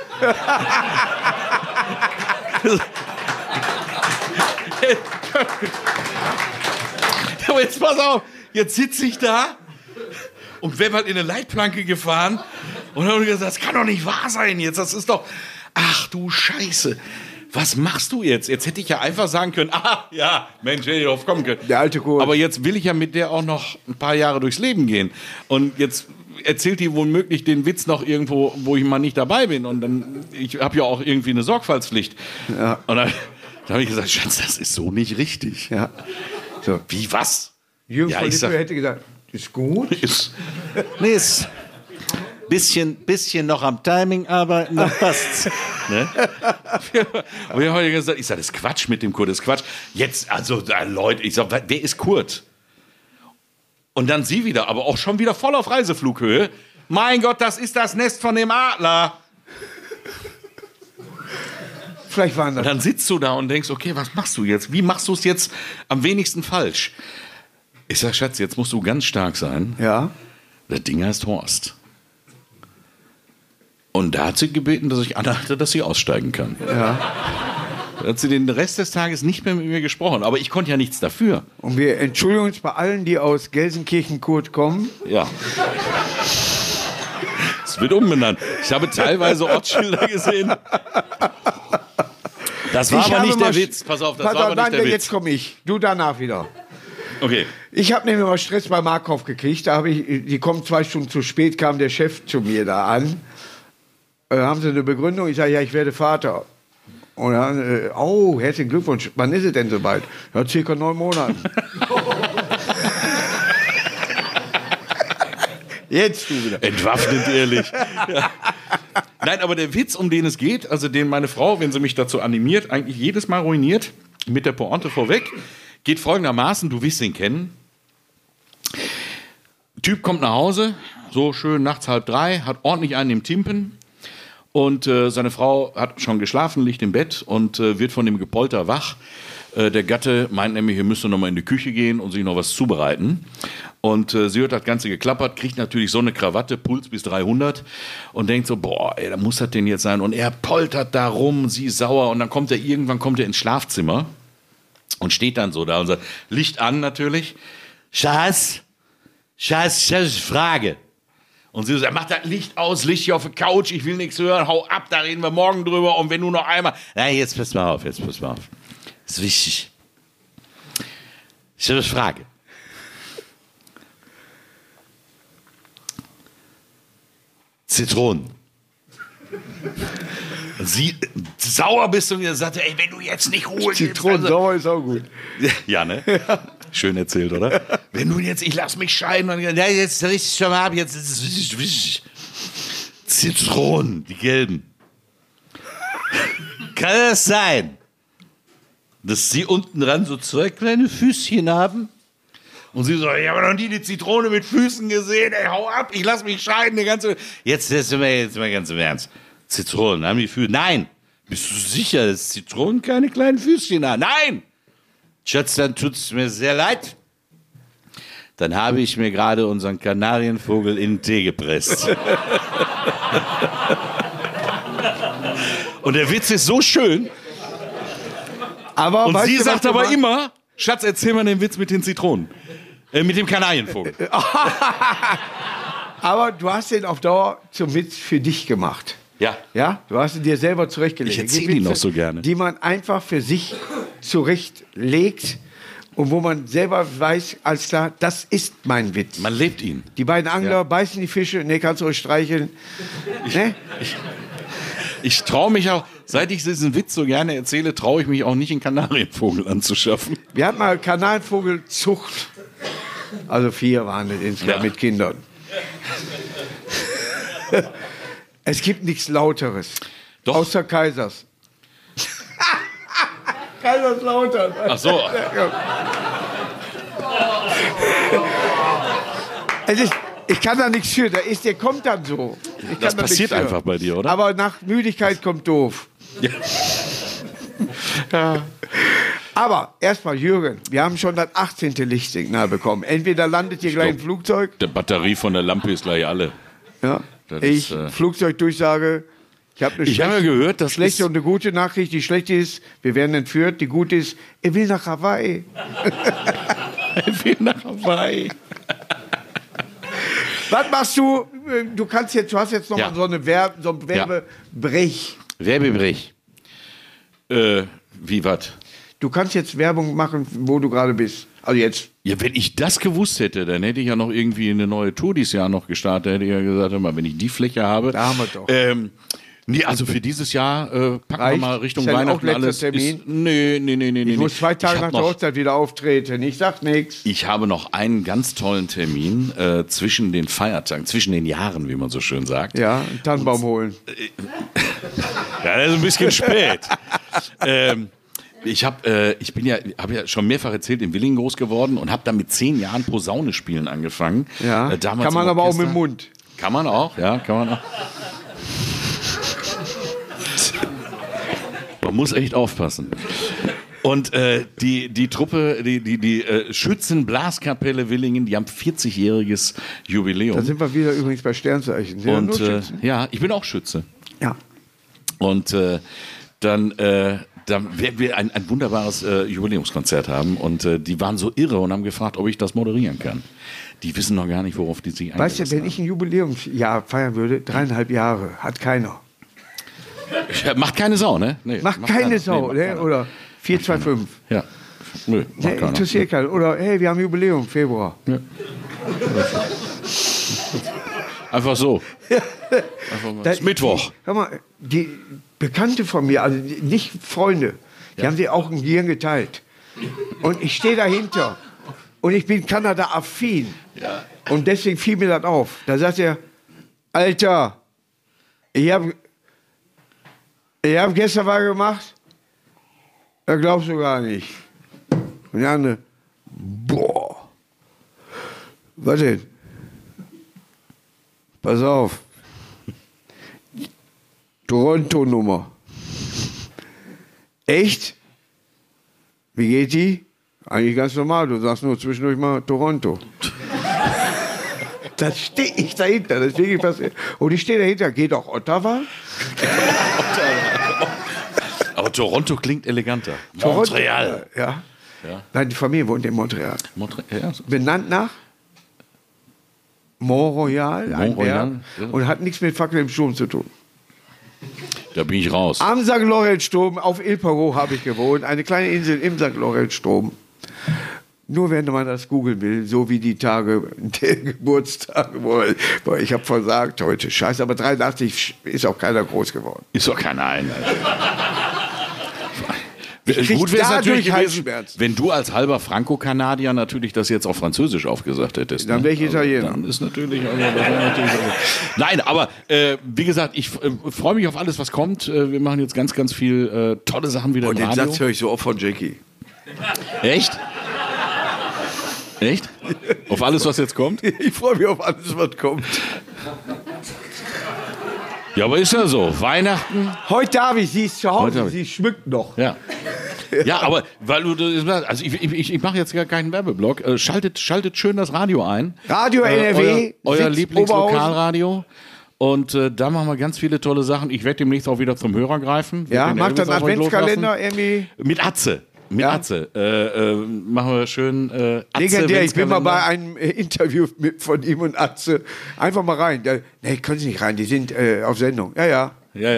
Aber jetzt pass auf, jetzt sitze ich da und wer mal in eine Leitplanke gefahren und habe gesagt, das kann doch nicht wahr sein jetzt, das ist doch, ach du Scheiße, was machst du jetzt? Jetzt hätte ich ja einfach sagen können, ja, Mensch, hätte ich drauf kommen können. Der alte Kurt. Aber jetzt will ich ja mit der auch noch ein paar Jahre durchs Leben gehen und jetzt erzählt die womöglich den Witz noch irgendwo, wo ich mal nicht dabei bin und dann, ich habe ja auch irgendwie eine Sorgfaltspflicht. Ja. Und dann habe ich gesagt, Schatz, das ist so nicht richtig. Ja. So. Wie, was? Jürgen von Lippe hätte gesagt, ist gut. Ist bisschen noch am Timing arbeiten, dann passt's. Ne? Und ich habe heute gesagt, ich sage, das ist Quatsch mit dem Kurt, das ist Quatsch. Jetzt, also Leute, ich sage, wer ist Kurt? Und dann sie wieder, aber auch schon wieder voll auf Reiseflughöhe. Mein Gott, das ist das Nest von dem Adler. Vielleicht waren das. Und dann sitzt du da und denkst, okay, was machst du jetzt? Wie machst du es jetzt am wenigsten falsch? Ich sag, Schatz, jetzt musst du ganz stark sein. Ja. Das Ding heißt Horst. Und da hat sie gebeten, dass ich anhalte, dass sie aussteigen kann. Ja. Da hat sie den Rest des Tages nicht mehr mit mir gesprochen. Aber ich konnte ja nichts dafür. Und wir entschuldigen uns bei allen, die aus Gelsenkirchen-Kurt kommen. Ja. Es wird umbenannt. Ich habe teilweise Ortsschilder gesehen. Das war aber nicht der Witz. Pass auf, das war aber nicht der Witz. Jetzt komme ich. Du danach wieder. Okay. Ich habe nämlich mal Stress bei Markov gekriegt. Da die kommen 2 Stunden zu spät, kam der Chef zu mir da an. Haben sie eine Begründung? Ich sage, ja, ich werde Vater. Und dann, herzlichen Glückwunsch. Wann ist es denn soweit? Ja, circa 9 Monaten. Jetzt du wieder. Entwaffnend ehrlich. Ja. Nein, aber der Witz, um den es geht, also den meine Frau, wenn sie mich dazu animiert, eigentlich jedes Mal ruiniert, mit der Pointe vorweg, geht folgendermaßen, du wirst ihn kennen. Typ kommt nach Hause, so schön nachts 2:30, hat ordentlich einen im Timpen und seine Frau hat schon geschlafen, liegt im Bett und wird von dem Gepolter wach. Der Gatte meint nämlich, er müsste noch mal in die Küche gehen und sich noch was zubereiten. Und sie hört das Ganze geklappert, kriegt natürlich so eine Krawatte, Puls bis 300 und denkt so, boah, ey, da muss das denn jetzt sein. Und er poltert da rum, sie sauer und dann irgendwann kommt er ins Schlafzimmer und steht dann so da und sagt, Licht an natürlich. Schatz, Frage. Und sie sagt, mach das Licht aus, Licht hier auf der Couch, ich will nichts hören, hau ab, da reden wir morgen drüber und wenn du noch einmal... Nein, jetzt pass mal auf. Das ist wichtig. Ich habe eine Frage. Zitronen. Und sie sauer bist und sagte, ey, wenn du jetzt nicht Ruhe Zitronen sauer ist auch gut. Ja, ne? Ja. Schön erzählt, oder? Wenn du jetzt, ich lass mich scheiden und ja, jetzt richtig schon mal ab, jetzt ist es wichtig. Zitronen, die gelben. Kann das sein, dass sie unten dran so 2 kleine Füßchen haben? Und sie so, ich habe noch nie die Zitrone mit Füßen gesehen, ey, hau ab, ich lass mich scheiden, die ganze... Jetzt mal ganz im Ernst. Zitronen, haben die Füße? Nein! Bist du sicher, dass Zitronen keine kleinen Füßchen haben? Nein! Schatz, dann tut es mir sehr leid. Dann habe ich mir gerade unseren Kanarienvogel in den Tee gepresst. Und der Witz ist so schön. Aber und sie sagt aber immer, Schatz, erzähl mal den Witz mit den Zitronen. Mit dem Kanarienvogel. Aber du hast den auf Dauer zum Witz für dich gemacht. Ja. Ja? Du hast ihn dir selber zurechtgelegt. Ich erzähle ihn noch so gerne. Die man einfach für sich zurechtlegt und wo man selber weiß, alles klar, das ist mein Witz. Man lebt ihn. Die beiden Angler beißen die Fische, ne, kannst du euch streicheln. Ich traue mich auch, seit ich diesen Witz so gerne erzähle, traue ich mich auch nicht, einen Kanarienvogel anzuschaffen. Wir hatten mal Kanarienvogelzucht. Also 4 waren es insgesamt mit Kindern. Es gibt nichts Lauteres. Doch. Außer Kaisers. Kaiserslautern. Ach so. Ich kann da nichts für, der kommt dann so. Das passiert einfach bei dir, oder? Aber nach Müdigkeit kommt doof. Ja. Aber erstmal, Jürgen, wir haben schon das 18. Lichtsignal bekommen. Entweder landet hier gleich ein Flugzeug. Die Batterie von der Lampe ist gleich alle. Ja. Flugzeugdurchsage. Ich habe gehört, dass schlechte und eine gute Nachricht. Die schlechte ist, wir werden entführt. Die gute ist, er will nach Hawaii. Er will nach Hawaii. Was machst du? Du hast jetzt noch mal so einen Werbebrech. Werbebrech. Wie was? Du kannst jetzt Werbung machen, wo du gerade bist. Also jetzt. Ja, wenn ich das gewusst hätte, dann hätte ich ja noch irgendwie eine neue Tour dieses Jahr noch gestartet. Hätte ich ja gesagt, mal, wenn ich die Fläche habe. Da haben wir doch. Nee, also für dieses Jahr packen wir mal Richtung Weihnachten alles. Termin? Nee. Ich muss 2 Tage nach der Hochzeit wieder auftreten. Ich sag nichts. Ich habe noch einen ganz tollen Termin zwischen den Feiertagen, zwischen den Jahren, wie man so schön sagt. Ja, einen Tannenbaum holen. Ja, das ist ein bisschen spät. Ich habe ja schon mehrfach erzählt, in Willingen groß geworden und habe dann mit 10 Jahren Posaune spielen angefangen. Ja, kann man aber auch mit dem Mund. Kann man auch, ja, kann man auch. Man muss echt aufpassen. Und die Truppe, die Schützenblaskapelle Willingen, die haben 40-jähriges Jubiläum. Da sind wir wieder übrigens bei Sternzeichen. Und ja, ich bin auch Schütze. Ja. Und dann werden wir ein wunderbares Jubiläumskonzert haben. Und die waren so irre und haben gefragt, ob ich das moderieren kann. Die wissen noch gar nicht, worauf die sich eingelassen haben. Weißt du, wenn ich ein Jubiläumsjahr feiern würde, 3,5 Jahre, hat keiner. Macht keine Sau, ne? Nee, macht keine Sau, ne? Oder 425. Ja. Nö, nee, interessiert keinen. Oder, hey, wir haben Jubiläum, Februar. Ja. Einfach so. Das ist Mittwoch. Hör mal, die Bekannte von mir, also nicht Freunde, die haben sich auch ein Gehirn geteilt. Und ich stehe dahinter. Und ich bin Kanada-affin. Ja. Und deswegen fiel mir das auf. Da sagt er, Alter, ich hab gestern was gemacht, das glaubst du gar nicht. Und die andere, boah, was denn? Pass auf, Toronto-Nummer. Echt? Wie geht die? Eigentlich ganz normal, du sagst nur zwischendurch mal Toronto. Da stehe ich dahinter, deswegen passiert. Und ich stehe dahinter, geht auch Ottawa? Aber Toronto klingt eleganter. Toronto, Montreal. Ja. Nein, die Familie wohnt in Montreal. Ja. Benannt nach Mont-Royal, ein Berg, und hat nichts mit Fackel im Sturm zu tun. Da bin ich raus. Am St. Lorenz-Strom, auf Il Perrot habe ich gewohnt, eine kleine Insel im St. Lorenz-Strom. Nur wenn man das googeln will, so wie die Tage der Geburtstage, boah, ich habe versagt heute, scheiße, aber 83 ist auch keiner groß geworden. Ist doch keiner ein. Gut wäre es natürlich gewesen, wenn du als halber Franco-Kanadier natürlich das jetzt auf Französisch aufgesagt hättest. Dann wäre ich Italiener. Dann ist natürlich, Nein, aber wie gesagt, ich freue mich auf alles, was kommt. Wir machen jetzt ganz, ganz viel tolle Sachen wieder im Radio. Und den Satz höre ich so oft von Jackie. Echt? Echt? Auf alles, was jetzt kommt? Ich freue mich auf alles, was kommt. Ja, aber ist ja so. Weihnachten. Heute darf ich, sie ist zu Hause, sie schmückt noch. Ja. Ja, aber weil du, also ich mache jetzt gar keinen Werbeblock. Schaltet schön das Radio ein. Radio NRW. Euer Lieblingslokalradio. Und da machen wir ganz viele tolle Sachen. Ich werde demnächst auch wieder zum Hörer greifen. Ja, macht dann Adventskalender irgendwie. Mit Atze. Atze. Machen wir schön Atze. Legendär, ich bin mal bei einem Interview von ihm und Atze. Einfach mal rein. Nee, können Sie nicht rein, die sind auf Sendung. Ja.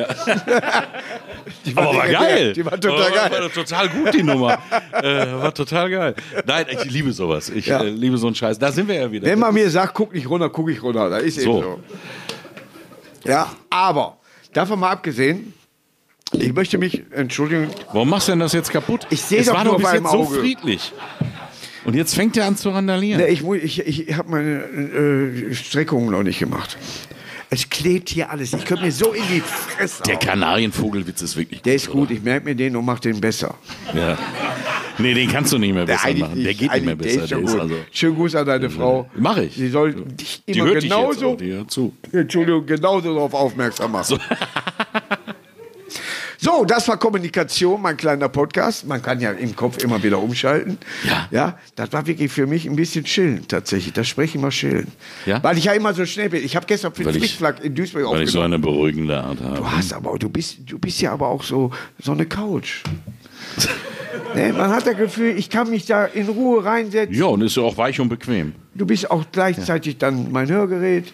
Aber war geil. Die war total geil. War total gut, die Nummer. War total geil. Nein, ich liebe sowas. Ich liebe so einen Scheiß. Da sind wir ja wieder. Wenn man mir sagt, guck nicht runter, gucke ich runter. Da ist eben so. Ja, aber davon mal abgesehen, ich möchte mich entschuldigen. Warum machst du denn das jetzt kaputt? Ich sehe doch nur auf einem so Auge. Friedlich. Und jetzt fängt er an zu randalieren. Nee, ich habe meine Streckungen noch nicht gemacht. Es klebt hier alles. Ich könnte mir so in die Fresse Der Kanarienvogelwitz ist wirklich gut. Der ist gut, ich merke mir den und mache den besser. Ja. Nee, den kannst du nicht mehr besser machen. Der geht nicht mehr besser. Der ist also schönen Gruß an deine Frau. Mach ich. Sie soll dich immer genauso, Entschuldigung, genauso darauf aufmerksam machen. So, das war Kommunikation, mein kleiner Podcast. Man kann ja im Kopf immer wieder umschalten. Ja, das war wirklich für mich ein bisschen chillen, tatsächlich. Das Sprechen mal chillen. Ja? Weil ich ja immer so schnell bin. Ich habe gestern für den Flickflack in Duisburg aufgenommen. Weil ich so eine beruhigende Art habe. Du bist ja aber auch so eine Couch. Nee, man hat das Gefühl, ich kann mich da in Ruhe reinsetzen. Ja, und ist ja auch weich und bequem. Du bist auch gleichzeitig dann mein Hörgerät.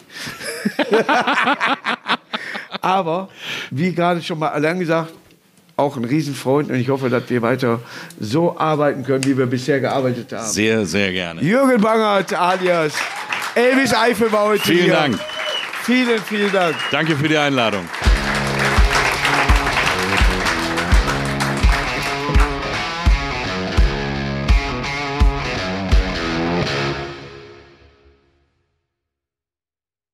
Aber, wie gerade schon mal allein gesagt, auch ein Riesenfreund und ich hoffe, dass wir weiter so arbeiten können, wie wir bisher gearbeitet haben. Sehr, sehr gerne. Jürgen Bangert alias Elvis Eifel war heute hier. Vielen Dank. Vielen, vielen Dank. Danke für die Einladung.